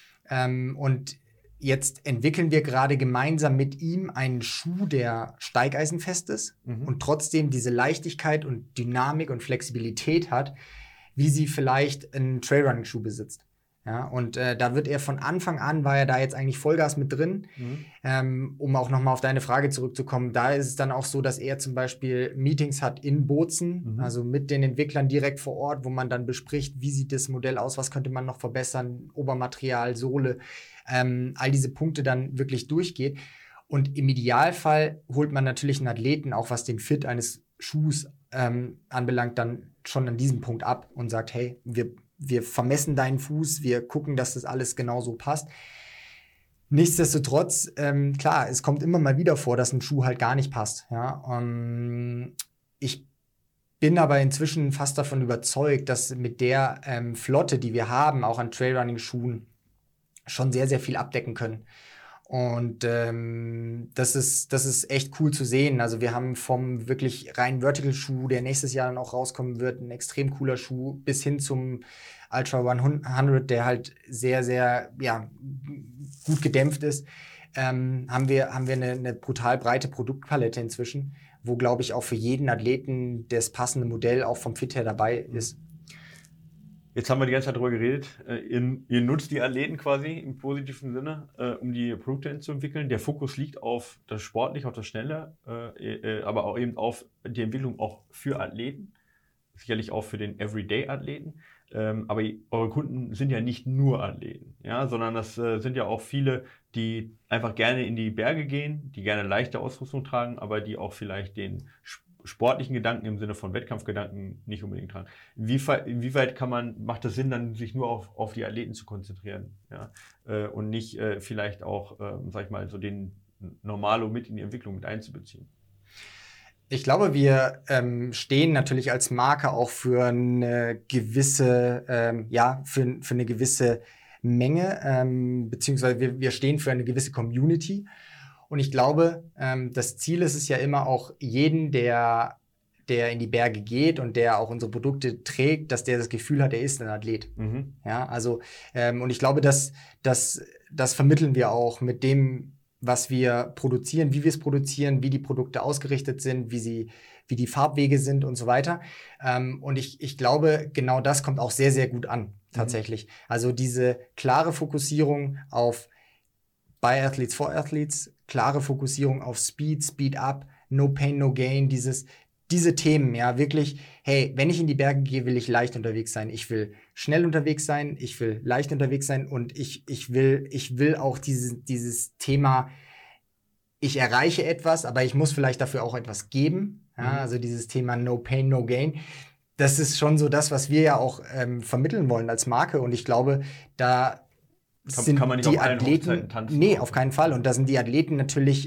Und jetzt entwickeln wir gerade gemeinsam mit ihm einen Schuh, der steigeisenfest ist und trotzdem diese Leichtigkeit und Dynamik und Flexibilität hat, wie sie vielleicht ein Trailrunning-Schuh besitzt. Ja, und da wird er von Anfang an, war er da jetzt eigentlich Vollgas mit drin. Um auch nochmal auf deine Frage zurückzukommen, da ist es dann auch so, dass er zum Beispiel Meetings hat in Bozen, also mit den Entwicklern direkt vor Ort, wo man dann bespricht, wie sieht das Modell aus, was könnte man noch verbessern, Obermaterial, Sohle, all diese Punkte dann wirklich durchgeht. Und im Idealfall holt man natürlich einen Athleten, auch was den Fit eines Schuhs anbelangt, dann schon an diesem Punkt ab und sagt, hey, wir vermessen deinen Fuß, wir gucken, dass das alles genauso passt. Nichtsdestotrotz, klar, es kommt immer mal wieder vor, dass ein Schuh halt gar nicht passt. Ja? Ich bin aber inzwischen fast davon überzeugt, dass mit der Flotte, die wir haben, auch an Trailrunning-Schuhen, schon sehr, sehr viel abdecken können. Und das ist echt cool zu sehen. Also wir haben vom wirklich reinen Vertical-Schuh, der nächstes Jahr dann auch rauskommen wird, ein extrem cooler Schuh, bis hin zum Ultra 100, der halt sehr, sehr gut gedämpft ist, haben wir eine brutal breite Produktpalette inzwischen, wo, glaube ich, auch für jeden Athleten das passende Modell auch vom Fit her dabei ist. Jetzt haben wir die ganze Zeit darüber geredet. Ihr nutzt die Athleten quasi im positiven Sinne, um die Produkte zu entwickeln. Der Fokus liegt auf das Sportliche, auf das Schnelle, aber auch eben auf die Entwicklung auch für Athleten. Sicherlich auch für den Everyday-Athleten. Aber eure Kunden sind ja nicht nur Athleten, ja, sondern das sind ja auch viele, die einfach gerne in die Berge gehen, die gerne leichte Ausrüstung tragen, aber die auch vielleicht den sportlichen Gedanken im Sinne von Wettkampfgedanken nicht unbedingt tragen. Inwieweit macht es Sinn, dann sich nur auf die Athleten zu konzentrieren, ja? Und nicht vielleicht auch, sag ich mal, so den Normalo mit in die Entwicklung mit einzubeziehen? Ich glaube, wir stehen natürlich als Marke auch für eine gewisse, für eine gewisse Menge, beziehungsweise wir stehen für eine gewisse Community. Und ich glaube, das Ziel ist es ja immer auch jeden, der in die Berge geht und der auch unsere Produkte trägt, dass der das Gefühl hat, er ist ein Athlet. Ja, also, und ich glaube, das vermitteln wir auch mit dem, was wir produzieren, wie wir es produzieren, wie die Produkte ausgerichtet sind, wie die Farbwege sind und so weiter. Und ich glaube, genau das kommt auch sehr, sehr gut an, tatsächlich. Also diese klare Fokussierung auf by Athletes for Athletes, klare Fokussierung auf Speed Up, No Pain, No Gain, diese Themen, ja, wirklich, hey, wenn ich in die Berge gehe, will ich leicht unterwegs sein. Ich will schnell unterwegs sein, ich will leicht unterwegs sein und ich will auch dieses Thema, ich erreiche etwas, aber ich muss vielleicht dafür auch etwas geben. Ja, also dieses Thema No Pain, No Gain. Das ist schon so das, was wir ja auch vermitteln wollen als Marke. Und ich glaube, da sind kann man nicht die auf allen Athleten Hochzeiten tanzen? Nee, auf keinen Fall. Und da sind die Athleten natürlich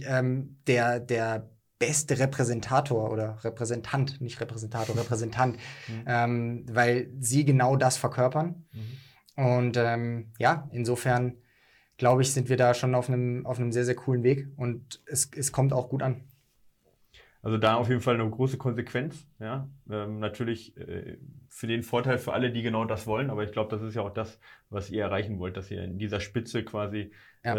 der beste Repräsentator oder Repräsentant, nicht Repräsentator, Repräsentant, weil sie genau das verkörpern. Und insofern glaube ich, sind wir da schon auf einem sehr, sehr coolen Weg und es kommt auch gut an. Also da auf jeden Fall eine große Konsequenz, ja. Natürlich für den Vorteil für alle, die genau das wollen, aber ich glaube, das ist ja auch das, was ihr erreichen wollt, dass ihr in dieser Spitze quasi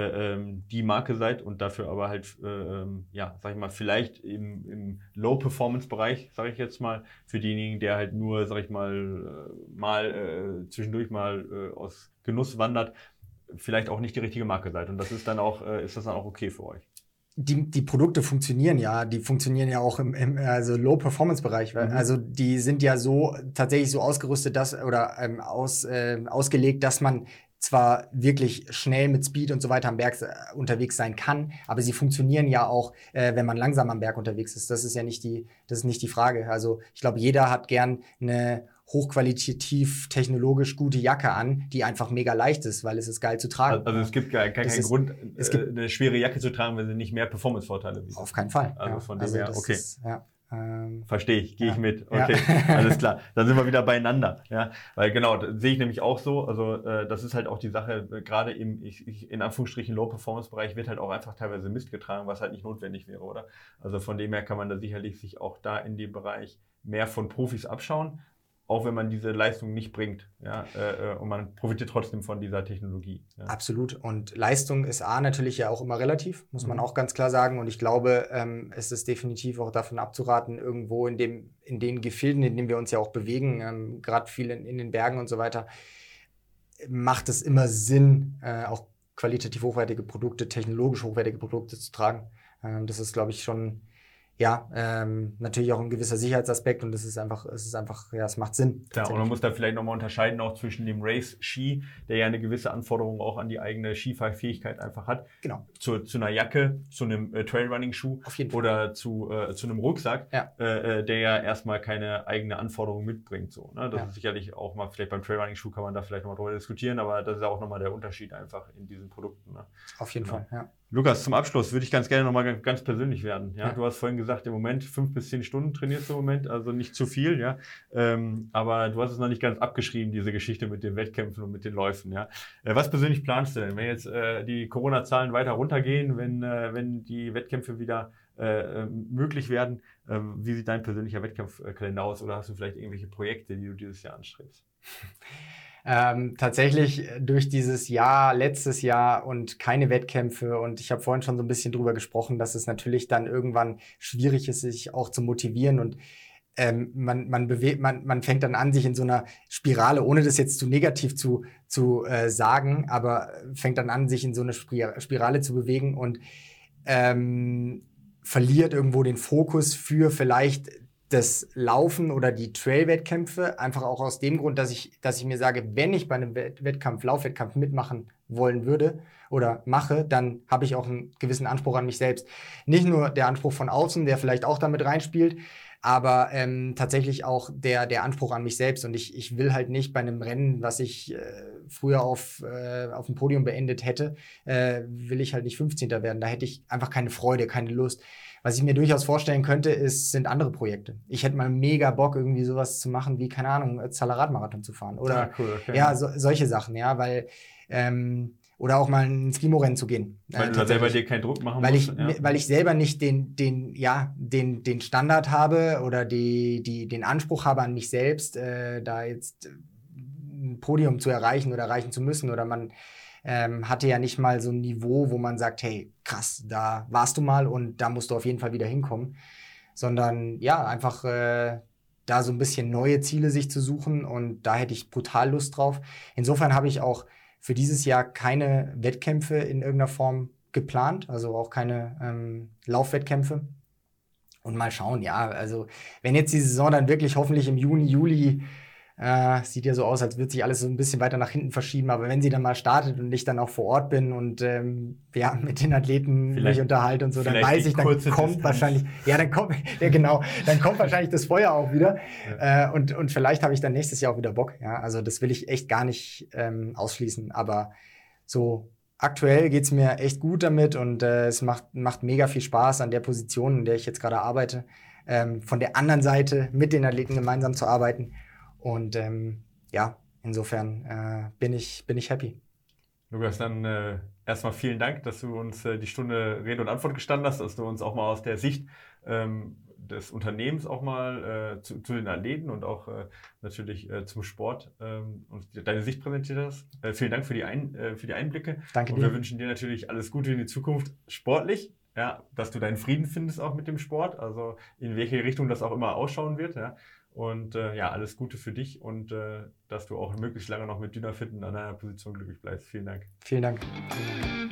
die Marke seid und dafür aber halt, sag ich mal, vielleicht im Low-Performance-Bereich, sage ich jetzt mal, für denjenigen, der halt nur, sag ich mal, zwischendurch mal aus Genuss wandert, vielleicht auch nicht die richtige Marke seid. Und das ist dann auch okay für euch. Die Produkte funktionieren ja auch im also Low-Performance-Bereich. Also die sind ja so tatsächlich so ausgerüstet, ausgelegt, dass man zwar wirklich schnell mit Speed und so weiter am Berg unterwegs sein kann, aber sie funktionieren ja auch, wenn man langsam am Berg unterwegs ist. Das ist nicht die Frage. Also ich glaube, jeder hat gern eine hochqualitativ, technologisch gute Jacke an, die einfach mega leicht ist, weil es ist geil zu tragen. Also es gibt gar keinen Grund, eine schwere Jacke zu tragen, wenn sie nicht mehr Performance-Vorteile bietet. Auf keinen Fall. Also von dem her, okay. Verstehe ich, gehe ich mit. Ja. Okay, alles klar. Dann sind wir wieder beieinander. Ja, weil genau, das sehe ich nämlich auch so. Also das ist halt auch die Sache, gerade im in Anführungsstrichen Low-Performance-Bereich wird halt auch einfach teilweise Mist getragen, was halt nicht notwendig wäre, oder? Also von dem her kann man da sicherlich sich auch da in dem Bereich mehr von Profis abschauen, auch wenn man diese Leistung nicht bringt. Ja, und man profitiert trotzdem von dieser Technologie. Ja. Absolut. Und Leistung ist natürlich ja auch immer relativ, muss man auch ganz klar sagen. Und ich glaube, es ist definitiv auch davon abzuraten, irgendwo in den Gefilden, in denen wir uns ja auch bewegen, gerade viel in den Bergen und so weiter, macht es immer Sinn, auch qualitativ hochwertige Produkte, technologisch hochwertige Produkte zu tragen. Das ist, glaube ich, schon natürlich auch ein gewisser Sicherheitsaspekt und es macht Sinn. Ja, und man muss da vielleicht nochmal unterscheiden auch zwischen dem Race-Ski, der ja eine gewisse Anforderung auch an die eigene Skifahrfähigkeit einfach hat. Genau. Zu einer Jacke, zu einem Trailrunning-Schuh oder zu einem Rucksack, der ja erstmal keine eigene Anforderung mitbringt. So, ne? Das ist sicherlich auch mal, vielleicht beim Trailrunning-Schuh kann man da vielleicht nochmal drüber diskutieren, aber das ist auch nochmal der Unterschied einfach in diesen Produkten. Ne? Auf jeden Fall, ja. Lukas, zum Abschluss würde ich ganz gerne nochmal ganz persönlich werden. Ja? Du hast vorhin gesagt, im Moment 5 bis 10 Stunden trainierst du im Moment, also nicht zu viel. Ja? Aber du hast es noch nicht ganz abgeschrieben, diese Geschichte mit den Wettkämpfen und mit den Läufen. Ja? Was persönlich planst du denn, wenn jetzt die Corona-Zahlen weiter runtergehen, wenn die Wettkämpfe wieder möglich werden? Wie sieht dein persönlicher Wettkampfkalender aus oder hast du vielleicht irgendwelche Projekte, die du dieses Jahr anstrebst? Tatsächlich durch dieses Jahr, letztes Jahr und keine Wettkämpfe und ich habe vorhin schon so ein bisschen drüber gesprochen, dass es natürlich dann irgendwann schwierig ist, sich auch zu motivieren und man fängt dann an, sich in so einer Spirale, ohne das jetzt zu negativ zu sagen, aber fängt dann an, sich in so eine Spirale zu bewegen und verliert irgendwo den Fokus für vielleicht das Laufen oder die Trail-Wettkämpfe, einfach auch aus dem Grund, dass ich mir sage, wenn ich bei einem Laufwettkampf mitmachen wollen würde oder mache, dann habe ich auch einen gewissen Anspruch an mich selbst. Nicht nur der Anspruch von außen, der vielleicht auch damit reinspielt, aber tatsächlich auch der Anspruch an mich selbst. Und ich will halt nicht bei einem Rennen, was ich früher auf dem Podium beendet hätte, will ich halt nicht 15. werden. Da hätte ich einfach keine Freude, keine Lust. Was ich mir durchaus vorstellen könnte, sind andere Projekte. Ich hätte mal mega Bock, irgendwie sowas zu machen, wie, keine Ahnung, Zalarad-Marathon zu fahren. Oder solche Sachen, ja, weil oder auch mal ein Skimo-Rennen zu gehen. Weil du da selber dir keinen Druck machen musst. Weil ich selber nicht den Standard habe oder den Anspruch habe an mich selbst, da jetzt ein Podium zu erreichen oder erreichen zu müssen. Oder man hatte ja nicht mal so ein Niveau, wo man sagt, hey, krass, da warst du mal und da musst du auf jeden Fall wieder hinkommen. Sondern ja, einfach da so ein bisschen neue Ziele sich zu suchen und da hätte ich brutal Lust drauf. Insofern habe ich auch für dieses Jahr keine Wettkämpfe in irgendeiner Form geplant, also auch keine Laufwettkämpfe. Und mal schauen, ja, also wenn jetzt die Saison dann wirklich hoffentlich im Juni, Juli, sieht ja so aus, als würde sich alles so ein bisschen weiter nach hinten verschieben, aber wenn sie dann mal startet und ich dann auch vor Ort bin und mit den Athleten mich unterhalte und so, dann weiß ich, dann kommt wahrscheinlich, dann kommt wahrscheinlich das Feuer auch wieder. Ja. Und vielleicht habe ich dann nächstes Jahr auch wieder Bock. Ja, also das will ich echt gar nicht ausschließen, aber so aktuell geht's mir echt gut damit und es macht mega viel Spaß an der Position, in der ich jetzt gerade arbeite, von der anderen Seite mit den Athleten gemeinsam zu arbeiten. Und insofern bin ich happy. Lukas, dann erstmal vielen Dank, dass du uns die Stunde Rede und Antwort gestanden hast, dass du uns auch mal aus der Sicht des Unternehmens auch mal zu den Athleten und auch natürlich zum Sport uns deine Sicht präsentiert hast. Vielen Dank für die Einblicke. Danke dir. Und wir wünschen dir natürlich alles Gute in die Zukunft sportlich. Ja, dass du deinen Frieden findest auch mit dem Sport, also in welche Richtung das auch immer ausschauen wird. Ja. Und alles Gute für dich und dass du auch möglichst lange noch mit Dynafit in einer Position glücklich bleibst. Vielen Dank. Vielen Dank.